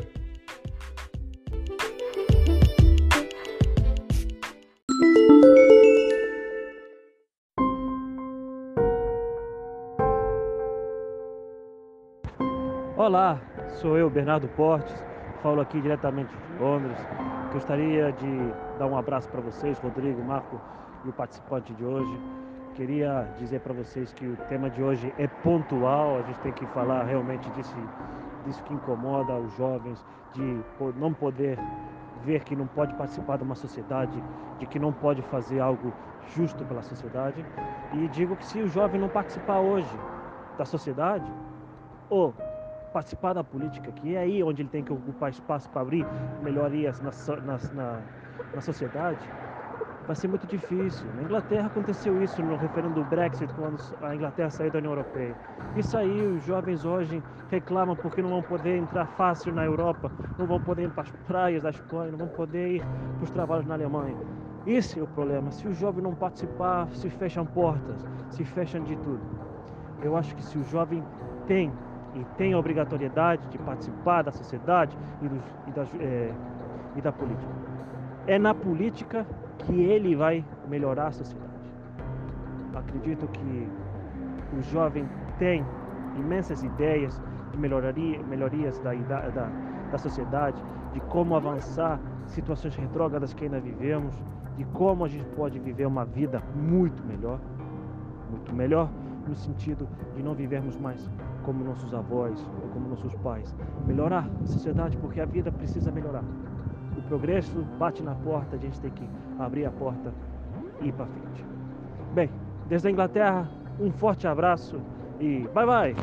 Olá, sou eu, Bernardo Portes. Falo aqui diretamente de Londres. Gostaria de dar um abraço para vocês, Rodrigo, Marco e o participante de hoje. Queria dizer para vocês que o tema de hoje é pontual, a gente tem que falar realmente disso, disso que incomoda os jovens, de não poder ver que não pode participar de uma sociedade, de que não pode fazer algo justo pela sociedade. E digo que se o jovem não participar hoje da sociedade, ou participar da política, que é aí onde ele tem que ocupar espaço para abrir melhorias na, na, na, na sociedade, vai ser muito difícil. Na Inglaterra aconteceu isso no referendo do Brexit, quando a Inglaterra saiu da União Europeia. Isso aí, os jovens hoje reclamam porque não vão poder entrar fácil na Europa, não vão poder ir para as praias da Espanha, não vão poder ir para os trabalhos na Alemanha. Esse é o problema. Se o jovem não participar, se fecham portas, se fecham de tudo. Eu acho que se o jovem tem e tem a obrigatoriedade de participar da sociedade e, do, e, da, é, e da política, é na política que ele vai melhorar a sociedade. Acredito que o jovem tem imensas ideias de melhoria, melhorias da, da, da sociedade, de como avançar situações retrógradas que ainda vivemos, de como a gente pode viver uma vida muito melhor, muito melhor no sentido de não vivermos mais como nossos avós ou como nossos pais. Melhorar a sociedade, porque a vida precisa melhorar. O progresso bate na porta, a gente tem que abrir a porta e ir para frente. Bem, desde a Inglaterra, um forte abraço e bye bye!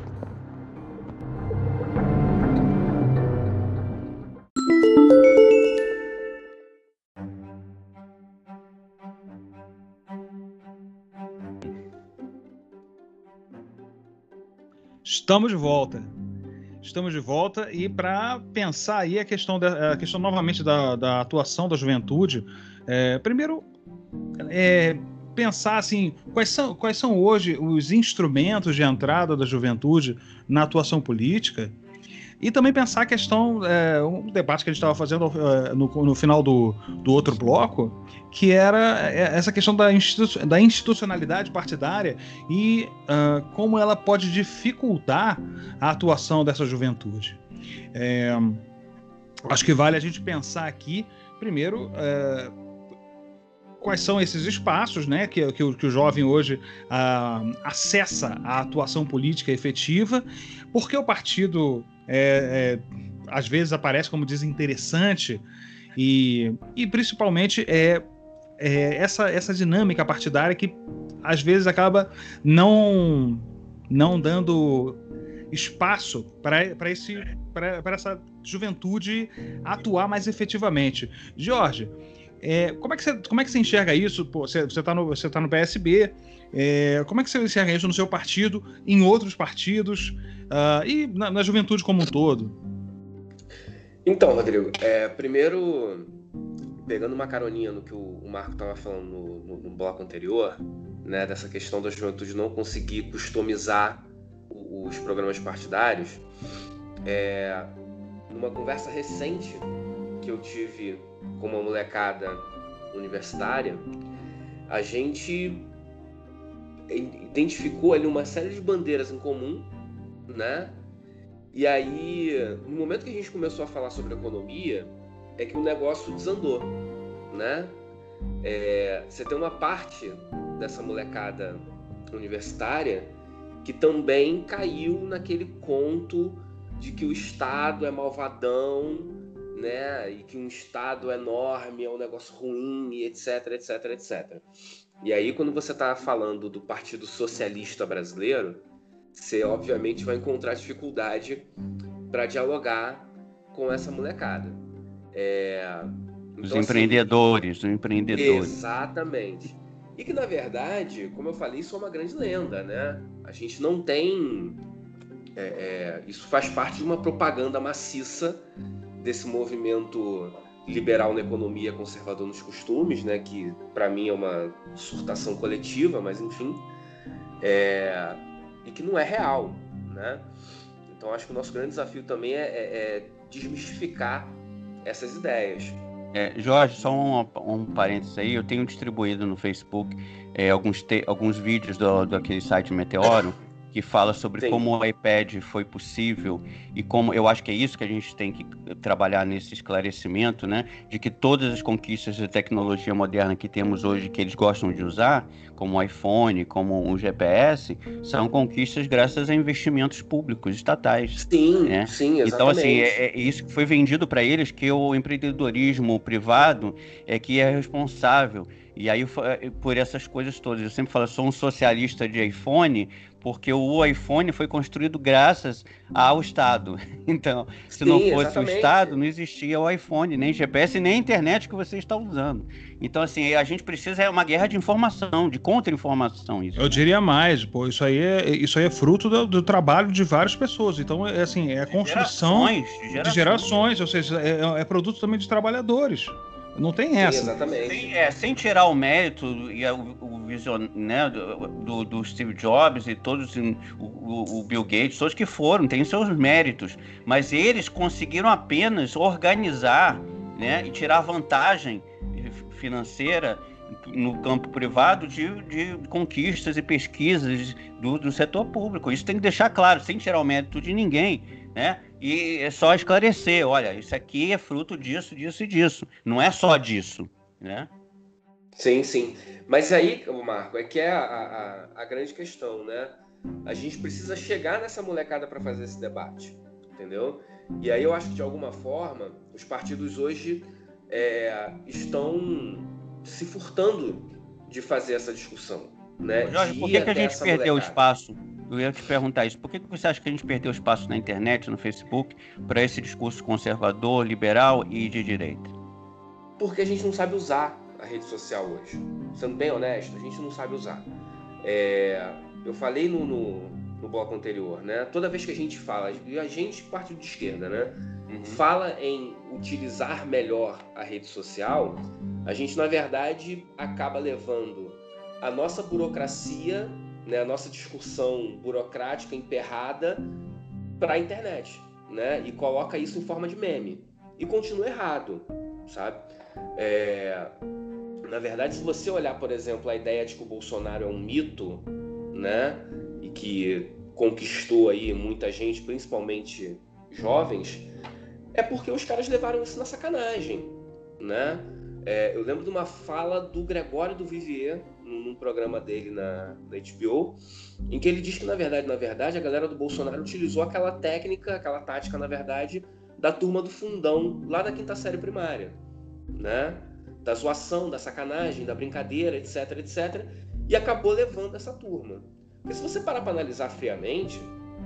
Estamos de volta. Estamos de volta e para pensar aí a questão, da, a questão novamente da, da atuação da juventude, é, primeiro é, pensar assim, quais são, quais são hoje os instrumentos de entrada da juventude na atuação política, e também pensar a questão, é, um debate que a gente estava fazendo é, no, no final do, do outro bloco, que era essa questão da, institu- da institucionalidade partidária e uh, como ela pode dificultar a atuação dessa juventude. É, acho que vale a gente pensar aqui, primeiro, é, quais são esses espaços, né, que, que, o, que o jovem hoje uh, acessa a atuação política efetiva, porque o partido é, é, às vezes aparece como desinteressante e, e principalmente é, é essa, essa dinâmica partidária que às vezes acaba não, não dando espaço para esse para essa juventude atuar mais efetivamente. Jorge, É, como, é que você, como é que você enxerga isso? Pô, você está no, você tá no P S B, é, como é que você enxerga isso no seu partido, em outros partidos uh, e na, na juventude como um todo? Então, Rodrigo, é, primeiro, pegando uma caroninha no que o, o Marco estava falando no, no, no bloco anterior, né, dessa questão da juventude não conseguir customizar os programas partidários, é, numa conversa recente que que eu tive com uma molecada universitária, a gente identificou ali uma série de bandeiras em comum, né? E aí, no momento que a gente começou a falar sobre economia, é que o negócio desandou, né? É, você tem uma parte dessa molecada universitária que também caiu naquele conto de que o Estado é malvadão, né? E que um Estado enorme é um negócio ruim, e etc, etc, etcétera. E aí, quando você está falando do Partido Socialista Brasileiro, você obviamente vai encontrar dificuldade para dialogar com essa molecada. É... Os então, empreendedores, assim, os empreendedores. Exatamente. E que, na verdade, como eu falei, isso é uma grande lenda, né? A gente não tem... É, é... Isso faz parte de uma propaganda maciça desse movimento liberal na economia, conservador nos costumes, né? Que, para mim, é uma surtação coletiva, mas, enfim... É... E que não é real, né? Então, acho que o nosso grande desafio também é, é, é desmistificar essas ideias. É, Jorge, só um, um parênteses aí, eu tenho distribuído no Facebook é, alguns, te, alguns vídeos do, daquele site Meteoro que fala sobre Sim. como o iPad foi possível e como eu acho que é isso que a gente tem que trabalhar nesse esclarecimento, né? De que todas as conquistas de tecnologia moderna que temos hoje, que eles gostam de usar, como o iPhone, como o G P S, são conquistas graças a investimentos públicos, estatais. Sim, né? sim, exatamente. Então, assim, é, é isso que foi vendido para eles, que o empreendedorismo privado é que é responsável. E aí, por essas coisas todas, eu sempre falo, sou um socialista de iPhone, porque o iPhone foi construído graças ao Estado. Então, se Sim, não fosse exatamente. o Estado, não existia o iPhone, nem G P S, nem a internet que você está usando. Então, assim, a gente precisa é uma guerra de informação, de contra-informação. Isso, Eu né? diria mais, pô, isso aí é, isso aí é fruto do, do trabalho de várias pessoas. Então, é assim, é a construção de gerações, de gerações. de gerações, ou seja, é, é produto também de trabalhos. Não tem essa. Sim, exatamente. Sem, é, sem tirar o mérito e o, o vision, né, do, do Steve Jobs e todos, o, o Bill Gates, todos que foram, têm seus méritos. Mas eles conseguiram apenas organizar, né, e tirar vantagem financeira no campo privado de, de conquistas e pesquisas do, do setor público. Isso tem que deixar claro, sem tirar o mérito de ninguém, né? E é só esclarecer, olha, isso aqui é fruto disso, disso e disso. Não é só disso, né? Sim, sim. Mas aí, Marco, é que é a, a, a grande questão, né? A gente precisa chegar nessa molecada para fazer esse debate, entendeu? E aí eu acho que, de alguma forma, os partidos hoje é, estão se furtando de fazer essa discussão, né? Jorge, por que, que a gente perdeu o espaço? Eu ia te perguntar isso. Por que você acha que a gente perdeu espaço na internet, no Facebook, para esse discurso conservador, liberal e de direita? Porque a gente não sabe usar a rede social hoje. Sendo bem honesto, a gente não sabe usar. É, eu falei no, no, no bloco anterior, né? Toda vez que a gente fala, e a gente, partido de esquerda, né? Uhum. Fala em utilizar melhor a rede social, a gente, na verdade, acaba levando a nossa burocracia, né, a nossa discussão burocrática emperrada para a internet, né, e coloca isso em forma de meme. E continua errado, sabe? É... Na verdade, se você olhar, por exemplo, a ideia de que o Bolsonaro é um mito, né, e que conquistou aí muita gente, principalmente jovens, é porque os caras levaram isso na sacanagem, né? É, eu lembro de uma fala do Gregório do Vivier, num programa dele na, na H B O, em que ele diz que, na verdade, na verdade, a galera do Bolsonaro utilizou aquela técnica, aquela tática, na verdade, da turma do fundão, lá da quinta série primária, né? Da zoação, da sacanagem, da brincadeira, etc, etcétera, e acabou levando essa turma. Porque se você parar para analisar friamente,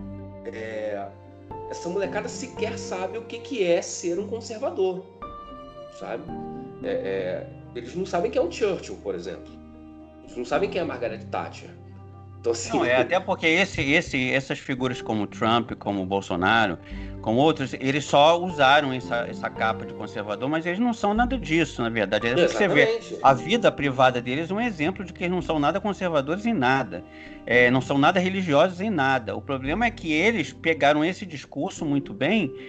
é, essa molecada sequer sabe o que, que é ser um conservador, sabe? É, é, eles não sabem quem é o Churchill, por exemplo. Eles não sabem quem é a Margaret Thatcher. Então, assim... Não, é até porque esse, esse, essas figuras como Trump, como Bolsonaro, como outros, eles só usaram essa, essa capa de conservador, mas eles não são nada disso, na verdade. É você vê, a vida privada deles é um exemplo de que eles não são nada conservadores em nada. É, não são nada religiosos em nada. O problema é que eles pegaram esse discurso muito bem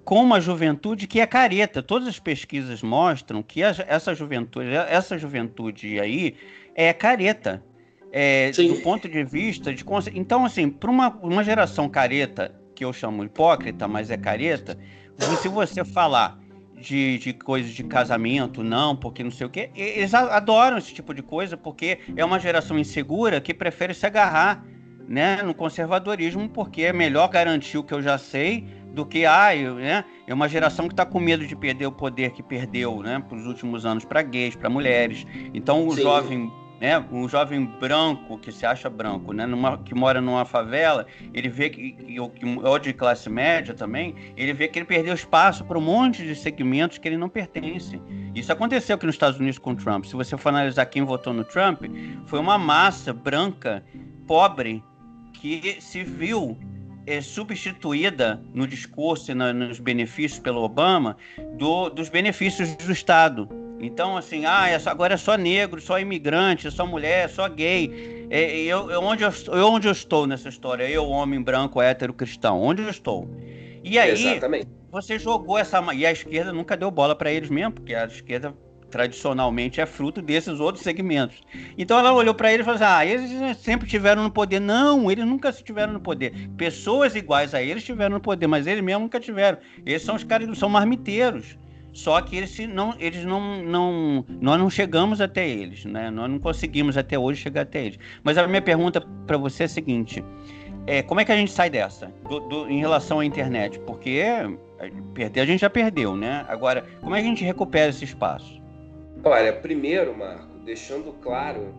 com uma juventude que é careta. Todas as pesquisas mostram que essa juventude, essa juventude aí é careta. É, do ponto de vista de... Então, assim, para uma, uma geração careta, que eu chamo hipócrita, mas é careta, se você falar de, de coisas de casamento, não, porque não sei o quê, eles adoram esse tipo de coisa, porque é uma geração insegura que prefere se agarrar, né, no conservadorismo, porque é melhor garantir o que eu já sei do que, ah, eu, né, é uma geração que está com medo de perder o poder que perdeu, né, para os últimos anos para gays, para mulheres. Então o Sim. jovem, né, um jovem branco que se acha branco, né, numa, que mora numa favela, ele vê que, que, ou de classe média também, ele vê que ele perdeu espaço para um monte de segmentos que ele não pertence. Isso aconteceu aqui nos Estados Unidos com o Trump. Se você for analisar quem votou no Trump, foi uma massa branca, pobre, que se viu é, substituída no discurso e na, nos benefícios pelo Obama do, dos benefícios do Estado. Então, assim, ah, é só, agora é só negro, só imigrante, é só mulher, é só gay. É, eu, eu, onde, eu, eu, onde eu estou nessa história? Eu, homem branco, hétero, cristão, onde eu estou? E aí, Exatamente. Você jogou essa... E a esquerda nunca deu bola para eles mesmo, porque a esquerda tradicionalmente é fruto desses outros segmentos. Então ela olhou para eles e falou assim, ah, eles sempre tiveram no poder. Não, eles nunca estiveram no poder. Pessoas iguais a eles tiveram no poder, mas eles mesmos nunca tiveram. Eles são os caras, são marmiteiros. Só que eles não, eles não, não, nós não chegamos até eles, né? Nós não conseguimos até hoje chegar até eles. Mas a minha pergunta para você é a seguinte, é, como é que a gente sai dessa do, do, em relação à internet? Porque perder a gente já perdeu, né? Agora, como é que a gente recupera esse espaço? Olha, primeiro, Marco, deixando claro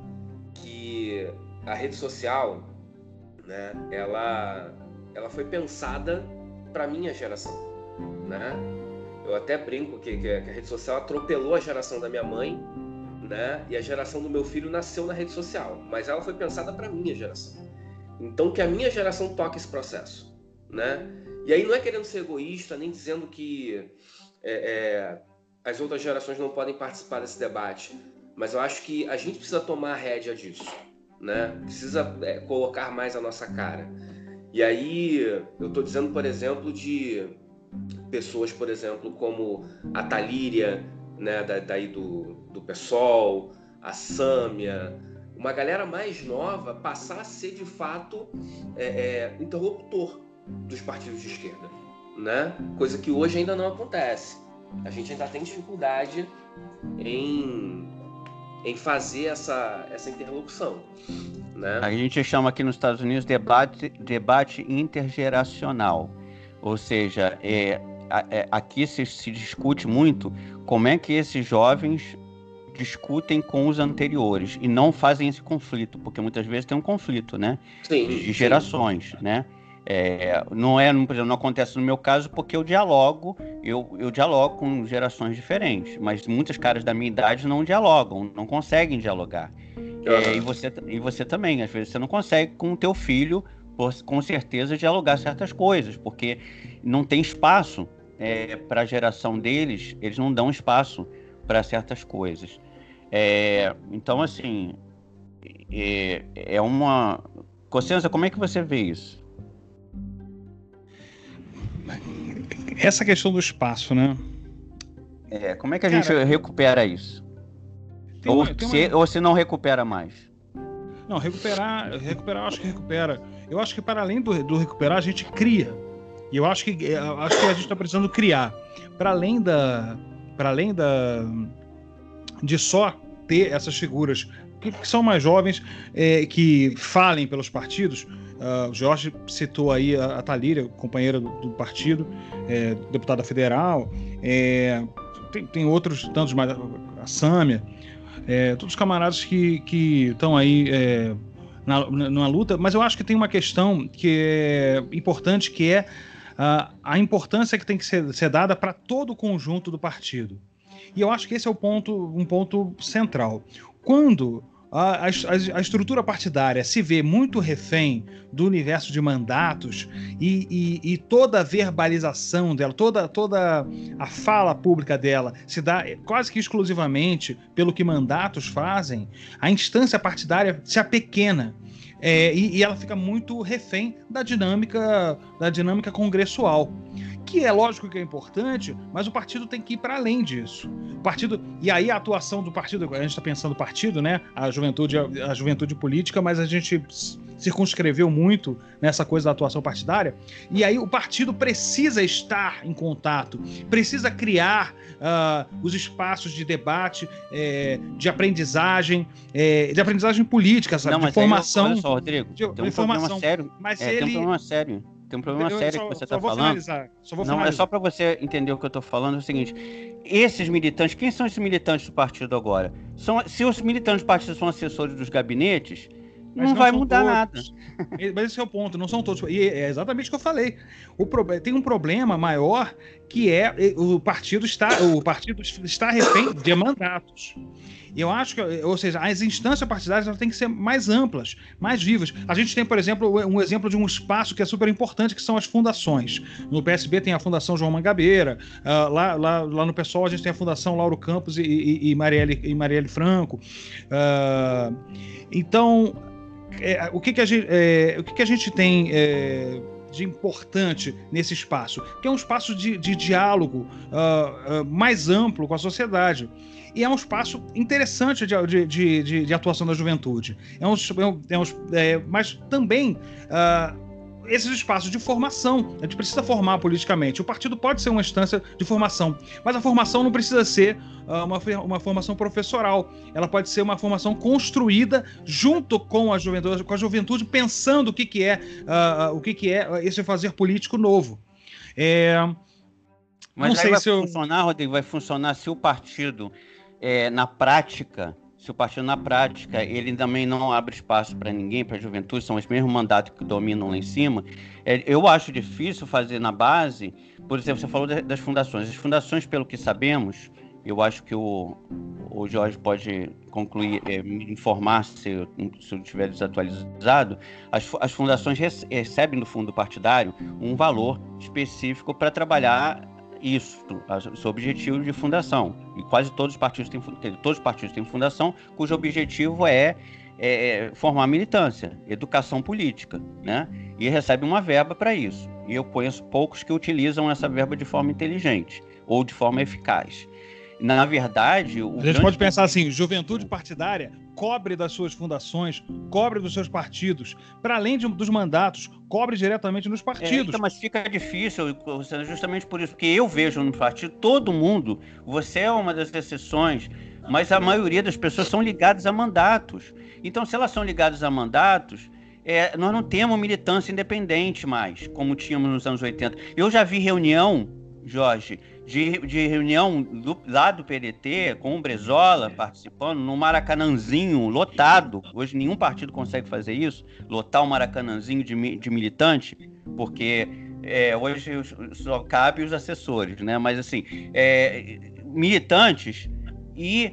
que a rede social, né, ela, ela foi pensada para a minha geração, né? Eu até brinco que, que a rede social atropelou a geração da minha mãe, né? E a geração do meu filho nasceu na rede social, mas ela foi pensada para a minha geração. Então, que a minha geração toque esse processo, né? E aí não é querendo ser egoísta, nem dizendo que... É, é, as outras gerações não podem participar desse debate, mas eu acho que a gente precisa tomar a rédea disso, né? Precisa é, colocar mais a nossa cara. E aí eu estou dizendo, por exemplo, de pessoas, por exemplo, como a Talíria, né, da, daí do, do PSOL, a Sâmia, uma galera mais nova passar a ser de fato é, é, interlocutor dos partidos de esquerda, né? Coisa que hoje ainda não acontece. A gente ainda tem dificuldade em, em fazer essa, essa interlocução, né? A gente chama aqui nos Estados Unidos debate, debate intergeracional. Ou seja, é, é, aqui se, se discute muito como é que esses jovens discutem com os anteriores e não fazem esse conflito, porque muitas vezes tem um conflito, né? Sim, de gerações, sim. né? É, não, é, por exemplo, não acontece no meu caso porque eu dialogo, eu, eu dialogo com gerações diferentes, mas muitos caras da minha idade não dialogam, não conseguem dialogar. Uhum. É, e, você, e você também, às vezes você não consegue com o teu filho, com certeza, dialogar certas coisas, porque não tem espaço é, para a geração deles, eles não dão espaço para certas coisas. É, então, assim, é, é uma... Cossenza, como é que você vê isso? Essa questão do espaço, né? É, como é que a Cara, gente recupera isso? Ou, uma, se, uma... ou se não recupera mais? Não, recuperar, recuperar, eu acho que recupera. Eu acho que para além do, do recuperar, a gente cria. E eu acho que, eu acho que a gente está precisando criar. Para além da, para além da, de só ter essas figuras que, que são mais jovens, é, que falem pelos partidos. Uh, o Jorge citou aí a, a Talíria, companheira do, do partido, é, deputada federal, é, tem, tem outros tantos mais, a Sâmia, é, todos os camaradas que estão aí é, na, na, na luta, mas eu acho que tem uma questão que é importante, que é uh, a importância que tem que ser, ser dada para todo o conjunto do partido. E eu acho que esse é o ponto, um ponto central. Quando A, a, a estrutura partidária se vê muito refém do universo de mandatos e, e, e toda a verbalização dela, toda, toda a fala pública dela se dá quase que exclusivamente pelo que mandatos fazem, a instância partidária se apequena. É, e, e ela fica muito refém da dinâmica, da dinâmica congressual, que é lógico que é importante, mas o partido tem que ir para além disso. O partido, e aí a atuação do partido, a gente está pensando partido, né? A juventude, a juventude política, mas a gente circunscreveu muito nessa coisa da atuação partidária. E aí o partido precisa estar em contato, precisa criar uh, os espaços de debate, é, de aprendizagem, é, de aprendizagem política, sabe? Não, de formação. Aí, olha só, Rodrigo, de, tem um informação. problema sério. Mas é, ele... Tem um problema sério. Tem um problema eu, sério só, que você está falando. Finalizar. Só vou Não, finalizar. é só para você entender o que eu estou falando. É o seguinte: esses militantes, quem são esses militantes do partido agora? São, se os militantes do partido são assessores dos gabinetes, não, não vai mudar todos. nada. Mas esse é o ponto, não são todos. E é exatamente o que eu falei. O pro... Tem um problema maior que é o partido está, o partido está refém de mandatos. E eu acho que, ou seja, as instâncias partidárias elas têm que ser mais amplas, mais vivas. A gente tem, por exemplo, um exemplo de um espaço que é super importante, que são as fundações. No P S B tem a Fundação João Mangabeira, uh, lá, lá, lá no PSOL a gente tem a Fundação Lauro Campos e, e, e, Marielle, e Marielle Franco. Uh, então, é, o, que, que, a gente, é, o que, que a gente tem... É, de importante nesse espaço, que é um espaço de, de diálogo uh, uh, mais amplo com a sociedade. E é um espaço interessante de, de, de, de atuação da juventude. É um, é um, é, mas também uh, esses espaços de formação. A gente precisa formar politicamente. O partido pode ser uma instância de formação, mas a formação não precisa ser uh, uma, uma formação professoral. Ela pode ser uma formação construída junto com a juventude, com a juventude pensando o que, que é uh, o que, que é esse fazer político novo. É, mas não aí sei vai se eu... funcionar, Rodrigo, vai funcionar se o partido, é, na prática, se o partido na prática, ele também não abre espaço para ninguém, para a juventude, são os mesmos mandatos que dominam lá em cima. É, eu acho difícil fazer na base, por exemplo, você falou das fundações. As fundações, pelo que sabemos, eu acho que o, o Jorge pode concluir, é, me informar se eu, se eu estiver desatualizado, as, as fundações recebem do fundo partidário um valor específico para trabalhar isso, o seu objetivo de fundação. E quase todos os partidos têm, todos os partidos têm fundação, cujo objetivo é, é formar militância, educação política, né? E recebe uma verba para isso. E eu conheço poucos que utilizam essa verba de forma inteligente ou de forma eficaz. Na verdade... O a gente pode pensar assim, juventude partidária cobre das suas fundações, cobre dos seus partidos, para além de, dos mandatos, cobre diretamente nos partidos. É, então, mas fica difícil, justamente por isso, porque eu vejo no partido, todo mundo, você é uma das exceções, mas a maioria das pessoas são ligadas a mandatos. Então, se elas são ligadas a mandatos, é, nós não temos militância independente mais, como tínhamos nos anos oitenta. Eu já vi reunião, Jorge, de, de reunião do, lá do P D T, com o Brezola participando, no Maracanãzinho lotado. Hoje nenhum partido consegue fazer isso, lotar o Maracanãzinho de, de militante, porque é, hoje só cabe os assessores, né? Mas assim, é, militantes e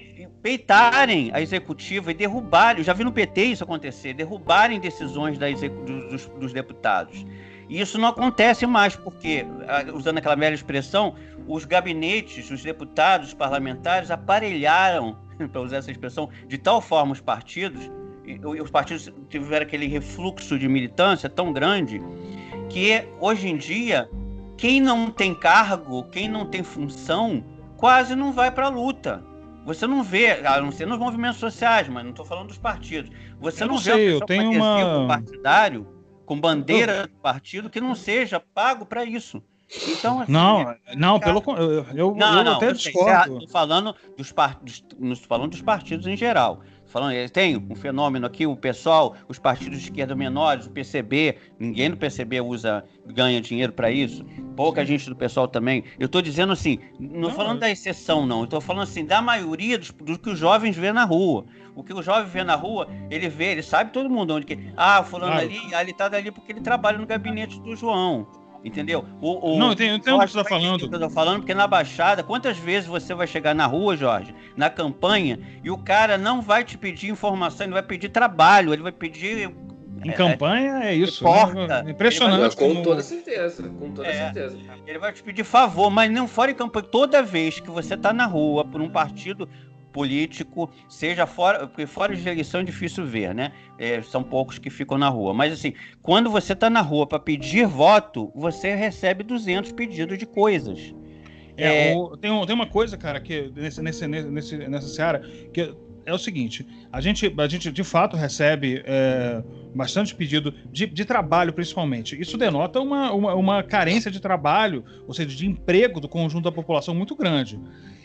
peitarem a executiva e derrubarem, eu já vi no P T isso acontecer, derrubarem decisões da execu- dos, dos deputados. E isso não acontece mais, porque, usando aquela velha expressão, os gabinetes, os deputados, os parlamentares aparelharam, para usar essa expressão, de tal forma os partidos, e os partidos tiveram aquele refluxo de militância tão grande, que hoje em dia, quem não tem cargo, quem não tem função, quase não vai para a luta. Você não vê, a não ser nos movimentos sociais, mas não estou falando dos partidos, você eu não, não vê sei, o eu tenho uma... partidário com bandeira do partido que não seja pago para isso. Então, assim, não, é... não, pelo eu, eu, não, eu não, até eu discordo. Estou falando dos, par... dos, falando dos partidos em geral. Falando, tem um fenômeno aqui, o pessoal, os partidos de esquerda menores, o P C B, ninguém do P C B usa, ganha dinheiro para isso, pouca gente do pessoal também. Eu estou dizendo assim, não, não falando da exceção, não, eu estou falando assim, da maioria dos, do que os jovens vê na rua. O que o jovem vê na rua, ele vê, ele sabe todo mundo onde que... Ah, fulano claro. ali, ah, ele tá dali porque ele trabalha no gabinete do João. Entendeu? O, o, não, eu tenho, eu tenho o que você está falando. Eu tô falando porque na Baixada, quantas vezes você vai chegar na rua, Jorge, na campanha, e o cara não vai te pedir informação, ele vai pedir trabalho, ele vai pedir... Em é, campanha é isso. Porta. É impressionante. Com como... toda certeza, com toda é, certeza. Ele vai te pedir favor, mas não fora em campanha. Toda vez que você tá na rua por um partido político, seja fora, porque fora de eleição é difícil ver, né? É, são poucos que ficam na rua. Mas assim, quando você está na rua para pedir voto, você recebe duzentos pedidos de coisas. É, é... O, tem, tem uma coisa, cara, que nesse, nesse, nesse, nessa seara, que é o seguinte, a gente, a gente de fato recebe é, bastante pedido de, de trabalho, principalmente. Isso denota uma, uma, uma carência de trabalho, ou seja, de emprego do conjunto da população muito grande.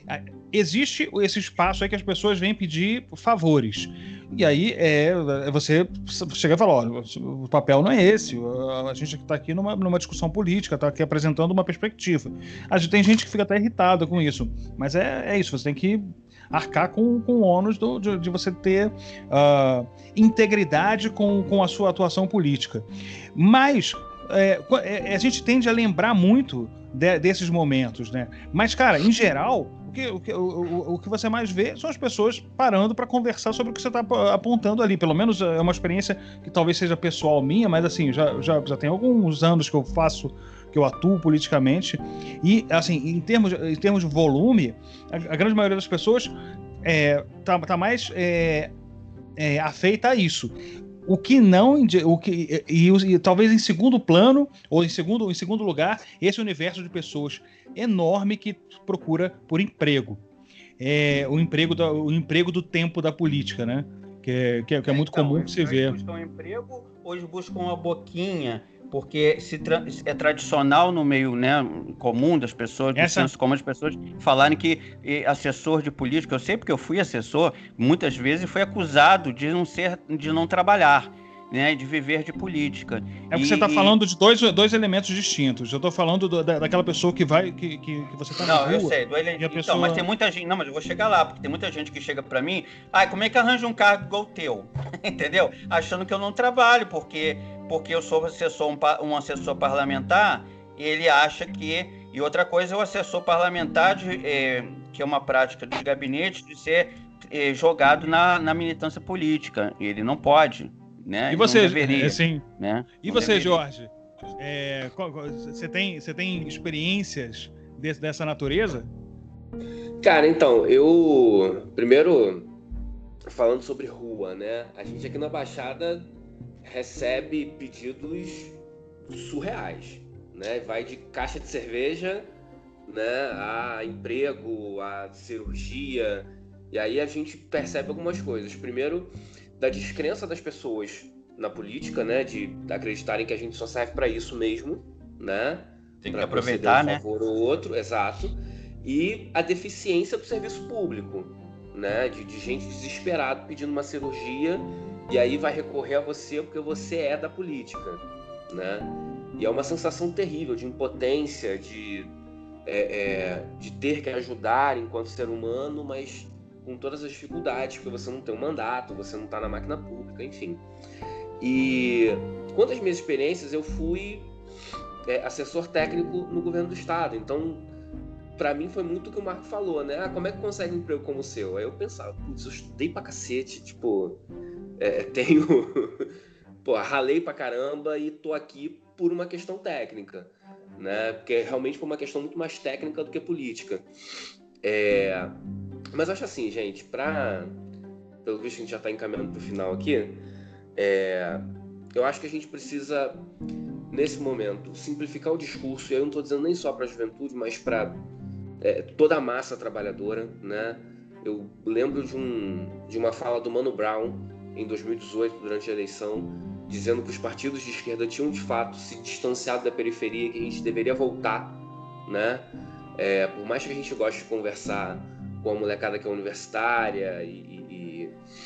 Existe esse espaço aí que as pessoas vêm pedir favores. E aí é, você chega e fala, olha, o papel não é esse, a gente está aqui numa, numa discussão política, está aqui apresentando uma perspectiva. A gente, tem gente que fica até irritada com isso, mas é, é isso, você tem que arcar com, com o ônus do, de, de você ter uh, integridade com, com a sua atuação política. Mas é, a gente tende a lembrar muito de, desses momentos, né? Mas, cara, em geral, o que, o, que, o, o que você mais vê são as pessoas parando para conversar sobre o que você está apontando ali. Pelo menos é uma experiência que talvez seja pessoal minha, mas assim, já, já, já tem alguns anos que eu faço, que eu atuo politicamente, e assim, em termos, em termos de volume, a, a grande maioria das pessoas é, tá, tá mais é, é, afeita a isso. O que não, o que, e, e, e talvez em segundo plano, ou em segundo, em segundo lugar, esse universo de pessoas enorme que procura por emprego. É, o, emprego da, o emprego do tempo da política, né? Que é, que é, que é muito então, comum que se vê. Hoje buscam um emprego, hoje buscam uma boquinha, porque se tra- é tradicional no meio, né, comum das pessoas, do Essa... senso comum das pessoas, falarem que eh, assessor de política, eu sei porque eu fui assessor, muitas vezes foi acusado de não ser, de não trabalhar, né, de viver de política. É porque e, você está e... falando de dois, dois elementos distintos. Eu estou falando do, da, daquela pessoa que vai, que, que, que você está na Não, rua. eu sei. Do ele... Então, pessoa... mas tem muita gente... Não, mas eu vou chegar lá, porque tem muita gente que chega para mim, ah, como é que arranja um cargo igual o teu? Entendeu? Achando que eu não trabalho, porque, porque eu sou assessor, um, um assessor parlamentar, e ele acha que... E outra coisa é o assessor parlamentar, de, é, que é uma prática dos gabinetes, de ser é, jogado na, na militância política. Ele não pode. Né? E você, deveria, assim, né? E você, deveria. Jorge? É, você tem, você tem experiências desse, dessa natureza? Cara, então, eu... Primeiro, falando sobre rua, né? A gente aqui na Baixada recebe pedidos surreais, né? Vai de caixa de cerveja, né, a emprego, a cirurgia. E aí a gente percebe algumas coisas. Primeiro, da descrença das pessoas na política, né, de acreditarem que a gente só serve para isso mesmo, né, tem que aproveitar, né, um favor ou outro, exato, e a deficiência do serviço público, né, de, de gente desesperada pedindo uma cirurgia e aí vai recorrer a você porque você é da política, né, e é uma sensação terrível de impotência, de é, é, de ter que ajudar enquanto ser humano, mas com todas as dificuldades, porque você não tem um mandato, você não está na máquina pública, enfim. E quanto às minhas experiências, eu fui é, assessor técnico no governo do estado, então para mim foi muito o que o Marco falou, né? Ah, como é que consegue um emprego como o seu? Aí eu pensava, putz, eu estudei pra cacete, tipo, é, tenho... Pô, ralei pra caramba e tô aqui por uma questão técnica, né? Porque realmente foi uma questão muito mais técnica do que política. É... Mas eu acho assim, gente, pra... pelo visto a gente já tá encaminhando pro final aqui, é... eu acho que a gente precisa, nesse momento, simplificar o discurso, e eu não tô dizendo nem só pra juventude, mas pra é, toda a massa trabalhadora, né? Eu lembro de, um, de uma fala do Mano Brown, em dois mil e dezoito, durante a eleição, dizendo que os partidos de esquerda tinham, de fato, se distanciado da periferia, que a gente deveria voltar, né? É, por mais que a gente goste de conversar com a molecada que é universitária e, e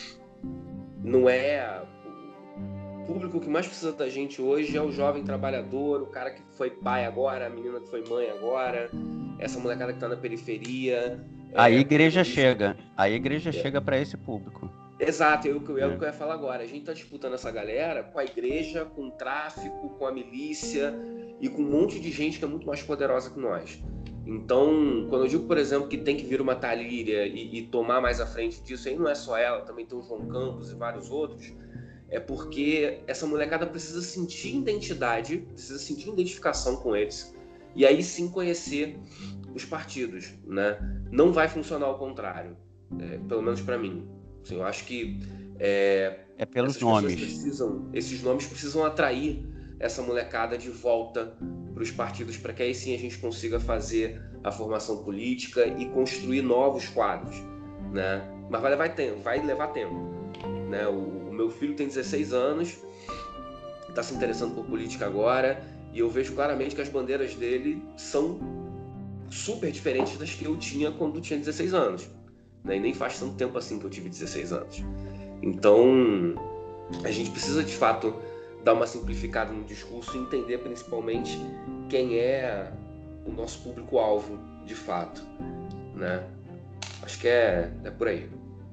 não é... O público que mais precisa da gente hoje é o jovem trabalhador, o cara que foi pai agora, a menina que foi mãe agora, essa molecada que tá na periferia. A é, igreja é, chega, a igreja é. chega para esse público. Exato, é o que eu, é o que eu ia falar agora. A gente tá disputando essa galera com a igreja, com o tráfico, com a milícia e com um monte de gente que é muito mais poderosa que nós. Então, quando eu digo, por exemplo, que tem que vir uma Talíria e, e tomar mais à frente disso, aí não é só ela, também tem o João Campos e vários outros, é porque essa molecada precisa sentir identidade, precisa sentir identificação com eles, e aí sim conhecer os partidos, né? Não vai funcionar ao contrário, é, pelo menos para mim. Assim, eu acho que é, é pelos nomes. Precisam, esses nomes precisam atrair essa molecada de volta para os partidos, para que aí sim a gente consiga fazer a formação política e construir novos quadros, né? Mas vai levar tempo, vai levar tempo, né? O, o meu filho tem dezesseis anos, está se interessando por política agora, e eu vejo claramente que as bandeiras dele são super diferentes das que eu tinha quando tinha dezesseis anos, né? E nem faz tanto tempo assim que eu tive dezesseis anos. Então, a gente precisa de fato dar uma simplificada no discurso e entender principalmente quem é o nosso público-alvo de fato, né? Acho que é, é por aí.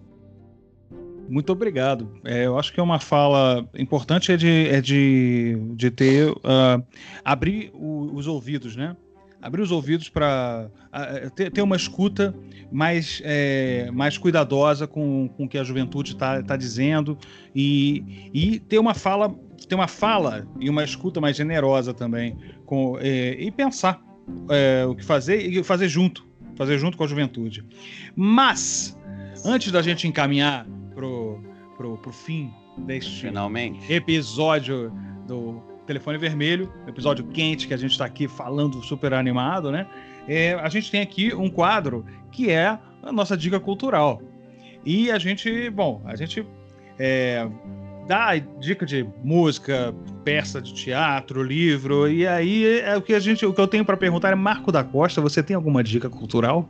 Muito obrigado. É, eu acho que é uma fala importante é de, é de, de ter uh, abrir o, os ouvidos, né? Abrir os ouvidos para uh, ter, ter uma escuta mais, é, mais cuidadosa com, com o que a juventude está tá dizendo e, e ter uma fala ter uma fala e uma escuta mais generosa também com, é, e pensar é, o que fazer e fazer junto, fazer junto com a juventude. Mas, antes da gente encaminhar pro, pro, pro fim deste Finalmente. episódio do Telefone Vermelho, episódio quente que a gente está aqui falando super animado, né? É, a gente tem aqui um quadro que é a nossa dica cultural. E a gente, bom, a gente é, dá dica de música, peça de teatro, livro, e aí é o que a gente, o que eu tenho para perguntar é: Marco da Costa, você tem alguma dica cultural?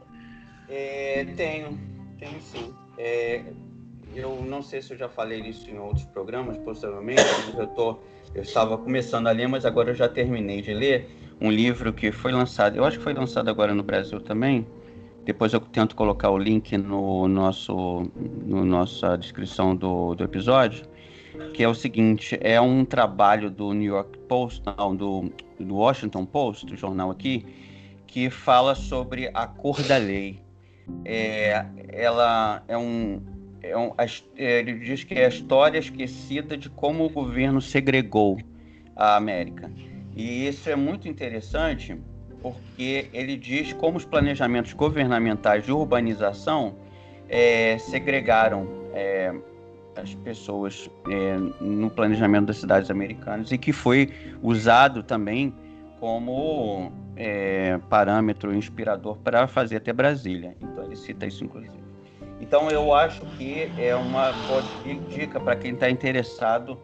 É, tenho, tenho sim. É, eu não sei se eu já falei isso em outros programas, possivelmente, mas eu, tô, eu estava começando a ler, mas agora eu já terminei de ler um livro que foi lançado, eu acho que foi lançado agora no Brasil também. Depois eu tento colocar o link no nosso, no nossa descrição do, do episódio, que é o seguinte: é um trabalho do New York Post, não, do, do Washington Post, do jornal aqui, que fala sobre a cor da lei. É, ela é um, é um, ele diz que é a história esquecida de como o governo segregou a América. E isso é muito interessante, porque ele diz como os planejamentos governamentais de urbanização é, segregaram é, as pessoas é, no planejamento das cidades americanas, e que foi usado também como é, parâmetro inspirador para fazer até Brasília. Então ele cita isso inclusive. Então eu acho que é uma boa dica para quem está interessado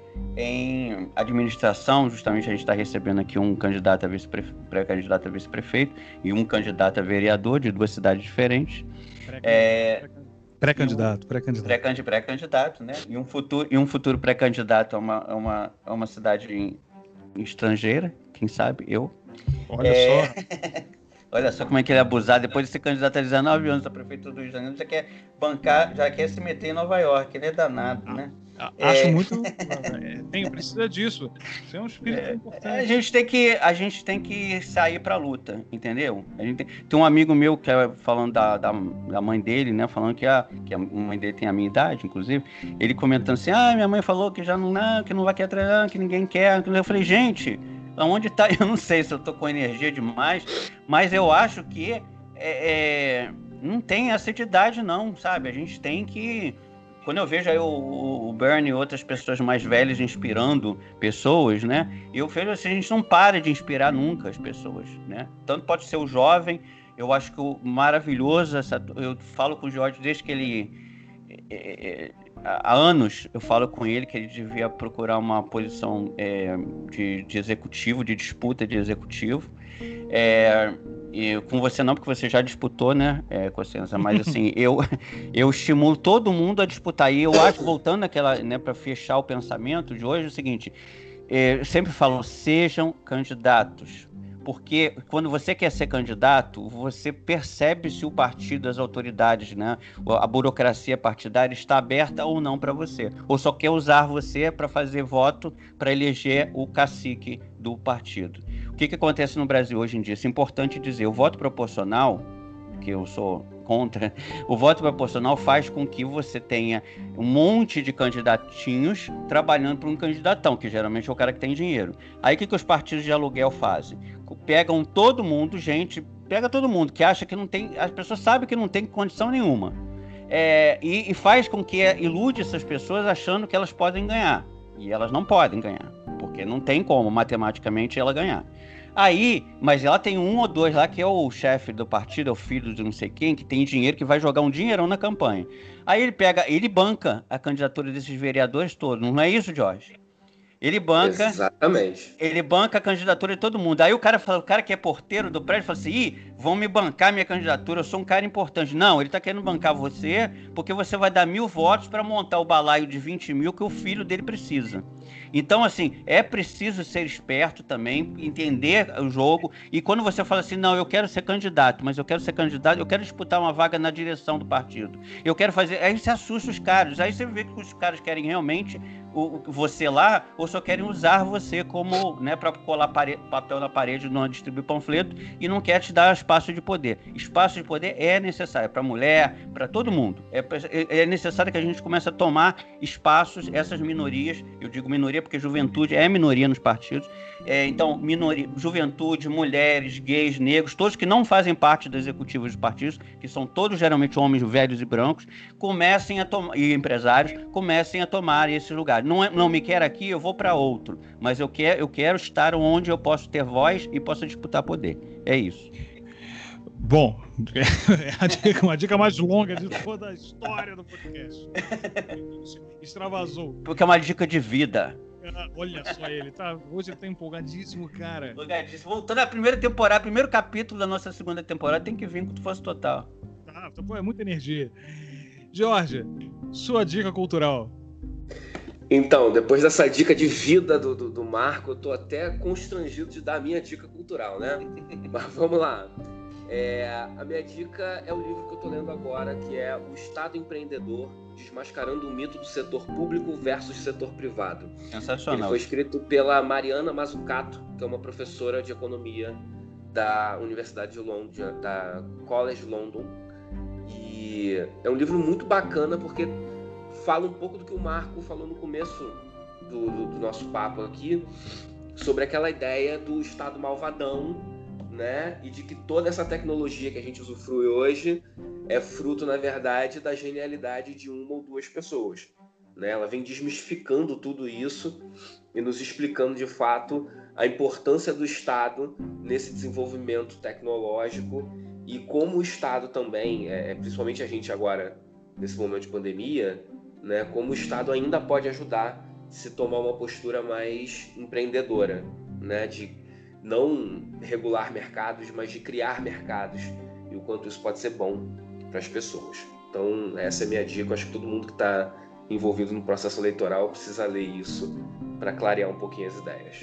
em administração. Justamente a gente está recebendo aqui um candidato a vice-prefe... pré-candidato a vice-prefeito e um candidato a vereador de duas cidades diferentes. Pré-candidato, é... pré-candidato. Pré-candidato, né? E um futuro, e um futuro pré-candidato a uma, a uma, a uma cidade estrangeira, quem sabe, eu. Olha é... só. Olha só como é que ele é abusado. Depois de ser candidato a dezenove anos à prefeitura do Rio de Janeiro, já quer bancar, já quer se meter em Nova York. Ele é danado, ah, né? Acho é... muito... Tem, precisa disso. Isso é um espírito é, importante. A gente tem que, a gente tem que sair pra luta, entendeu? A gente tem, tem um amigo meu que é falando da, da, da mãe dele, né? Falando que a, que a mãe dele tem a minha idade, inclusive. Ele comentando assim: ah, minha mãe falou que já não, não que não vai querer treinar, que ninguém quer. Eu falei: gente... Onde tá? Eu não sei se eu tô com energia demais, mas eu acho que é, é, não tem essa de idade não, sabe? A gente tem que... Quando eu vejo aí o, o Bernie e outras pessoas mais velhas inspirando pessoas, né? Eu vejo assim, a gente não para de inspirar nunca as pessoas, né? Tanto pode ser o jovem, eu acho que o maravilhoso, essa, eu falo com o Jorge desde que ele... É, é, há anos eu falo com ele que ele devia procurar uma posição é, de, de executivo, de disputa de executivo. É, e com você não, porque você já disputou, né, é, Cossenza? Mas assim, eu, eu estimulo todo mundo a disputar. E eu acho, voltando àquela, né, para fechar o pensamento de hoje, é o seguinte: é, eu sempre falo, sejam candidatos. Porque quando você quer ser candidato, você percebe se o partido, as autoridades, né, a burocracia partidária está aberta ou não para você. Ou só quer usar você para fazer voto para eleger o cacique do partido. O que, que acontece no Brasil hoje em dia? Isso é importante dizer. O voto proporcional, que eu sou contra, o voto proporcional faz com que você tenha um monte de candidatinhos trabalhando para um candidatão, que geralmente é o cara que tem dinheiro. Aí o que, que os partidos de aluguel fazem? Pegam todo mundo, gente, pega todo mundo que acha que não tem, as pessoas sabem que não tem condição nenhuma. é, e, e faz com que ilude essas pessoas achando que elas podem ganhar. E elas não podem ganhar, porque não tem como matematicamente ela ganhar. Aí, mas ela tem um ou dois lá que é o chefe do partido, é o filho de não sei quem, que tem dinheiro, que vai jogar um dinheirão na campanha. Aí ele pega, ele banca a candidatura desses vereadores todos, não é isso, Jorge? Ele banca. Exatamente. Ele banca a candidatura de todo mundo. Aí o cara fala, o cara que é porteiro do prédio fala assim: ih, vão me bancar minha candidatura, eu sou um cara importante. Não, ele tá querendo bancar você porque você vai dar mil votos para montar o balaio de vinte mil que o filho dele precisa. Então, assim, é preciso ser esperto também, entender o jogo. E quando você fala assim, não, eu quero ser candidato, mas eu quero ser candidato, eu quero disputar uma vaga na direção do partido. Eu quero fazer. Aí você assusta os caras. Aí você vê que os caras querem realmente o, você lá, ou só querem usar você como, né, para colar pare... papel na parede, não distribuir panfleto, e não quer te dar espaço de poder. Espaço de poder é necessário para mulher, para todo mundo. É, é necessário que a gente comece a tomar espaços, essas minorias, eu digo minoria porque juventude é minoria nos partidos, é, então, minoria, juventude, mulheres, gays, negros, todos que não fazem parte do executivo dos partidos, que são todos geralmente homens velhos e brancos, comecem a tomar, e empresários, comecem a tomar esses lugares. Não, é, não me quer aqui, eu vou para outro, mas eu quero, eu quero estar onde eu posso ter voz e possa disputar poder. É isso. Bom, é a dica, uma dica mais longa de toda a história do podcast. Extravasou. Porque é uma dica de vida. Olha só ele, tá? Hoje ele tá empolgadíssimo, cara. Empolgadíssimo. Voltando à primeira temporada, primeiro capítulo da nossa segunda temporada, tem que vir com força total. Tá, pô, é muita energia. Jorge, sua dica cultural. Então, depois dessa dica de vida do, do, do Marco, eu tô até constrangido de dar a minha dica cultural, né? Mas vamos lá. É, a minha dica é o livro que eu tô lendo agora, que é O Estado Empreendedor, Desmascarando o Mito do Setor Público versus Setor Privado. Sensacional. Ele foi escrito pela Mariana Mazzucato, que é uma professora de economia da Universidade de Londres, da College London. E é um livro muito bacana porque fala um pouco do que o Marco falou no começo do, do, do nosso papo aqui, sobre aquela ideia do Estado malvadão, né? E de que toda essa tecnologia que a gente usufrui hoje é fruto, na verdade, da genialidade de uma ou duas pessoas, né? Ela vem desmistificando tudo isso e nos explicando, de fato, a importância do Estado nesse desenvolvimento tecnológico e como o Estado também, é, principalmente a gente agora, nesse momento de pandemia, né? Como o Estado ainda pode ajudar se tomar uma postura mais empreendedora, né? De não regular mercados, mas de criar mercados, e o quanto isso pode ser bom para as pessoas. Então, essa é a minha dica. Eu acho que todo mundo que está envolvido no processo eleitoral precisa ler isso para clarear um pouquinho as ideias.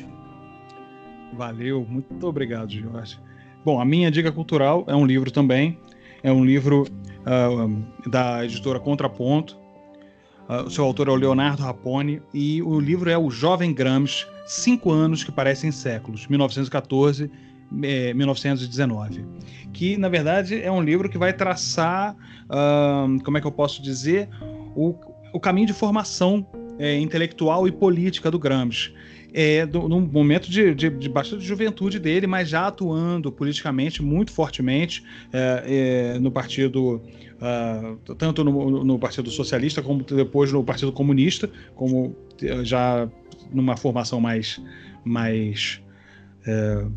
Valeu, muito obrigado, Jorge. Bom, a minha dica cultural é um livro também, é um livro uh, da editora Contraponto. Uh, o seu autor é o Leonardo Raponi, e o livro é O Jovem Gramsci, Cinco Anos que Parecem Séculos, mil novecentos e quatorze a mil novecentos e dezenove, que, na verdade, é um livro que vai traçar, uh, como é que eu posso dizer, o, o caminho de formação é, intelectual e política do Gramsci. É, do, num momento de, de, de bastante juventude dele, mas já atuando politicamente muito fortemente é, é, no partido, uh, tanto no, no Partido Socialista como depois no Partido Comunista, como já numa formação mais, mais, é,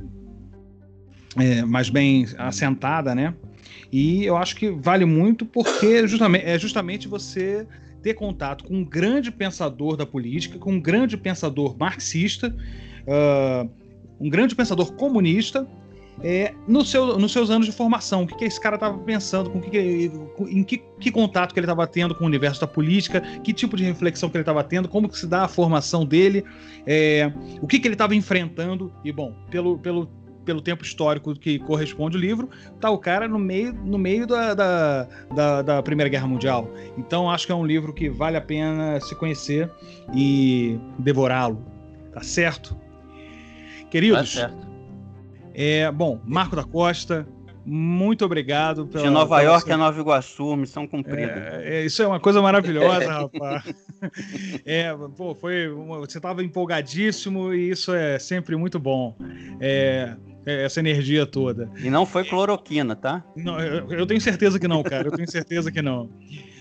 é, mais bem assentada, né? E eu acho que vale muito porque justamente, é justamente você ter contato com um grande pensador da política, com um grande pensador marxista, uh, um grande pensador comunista, é, no seu, nos seus anos de formação. O que, que esse cara estava pensando, com que que, em que, que contato que ele estava tendo com o universo da política, que tipo de reflexão que ele estava tendo, como que se dá a formação dele, é, o que, que ele estava enfrentando. E, bom, pelo... pelo pelo tempo histórico que corresponde o livro, tá o cara no meio, no meio da, da, da, da Primeira Guerra Mundial. Então acho que é um livro que vale a pena se conhecer e devorá-lo. Tá certo? Queridos, tá certo. É, bom, Marco da Costa, muito obrigado. Pela, de Nova pela York sua... a Nova Iguaçu, missão cumprida. É, é, isso é uma coisa maravilhosa, rapaz. É, pô, foi uma, você estava empolgadíssimo e isso é sempre muito bom. É, essa energia toda. E não foi cloroquina, tá? Não, eu, eu tenho certeza que não, cara. Eu tenho certeza que não.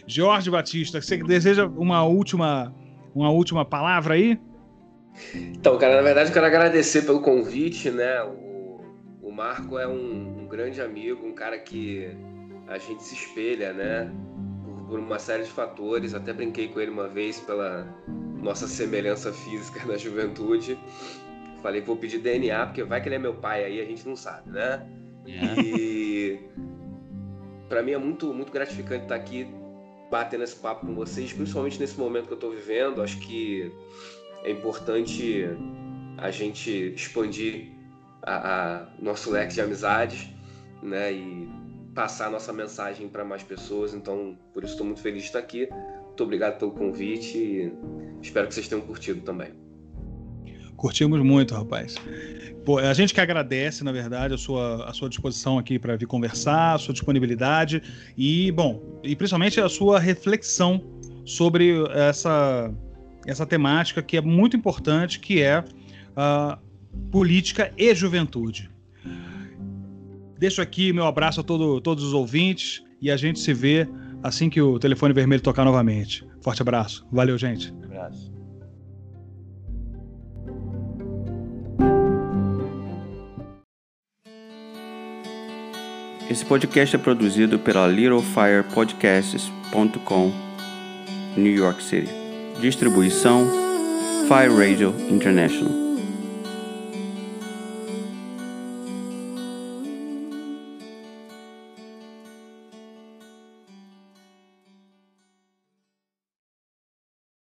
Jorge Batista, você deseja uma última, uma última palavra aí? Então, cara, na verdade eu quero agradecer pelo convite, né? O, o Marco é um, um grande amigo, um cara que a gente se espelha, né? Por, por uma série de fatores. Até brinquei com ele uma vez pela nossa semelhança física na juventude. Falei, vou pedir D N A, porque vai que ele é meu pai aí, a gente não sabe, né? Yeah. E para mim é muito, muito gratificante estar aqui batendo esse papo com vocês, principalmente nesse momento que eu estou vivendo. Acho que é importante a gente expandir a, a nosso leque de amizades, né? E passar a nossa mensagem para mais pessoas. Então, por isso estou muito feliz de estar aqui. Muito obrigado pelo convite e espero que vocês tenham curtido também. Curtimos muito, rapaz. Pô, a gente que agradece, na verdade, a sua, a sua disposição aqui para vir conversar, a sua disponibilidade e, bom, e principalmente a sua reflexão sobre essa, essa temática que é muito importante, que é a política e juventude. Deixo aqui meu abraço a todo, todos os ouvintes e a gente se vê assim que o telefone vermelho tocar novamente. Forte abraço. Valeu, gente. Um abraço. Esse podcast é produzido pela little fire podcasts ponto com, New York City. Distribuição Fire Radio International.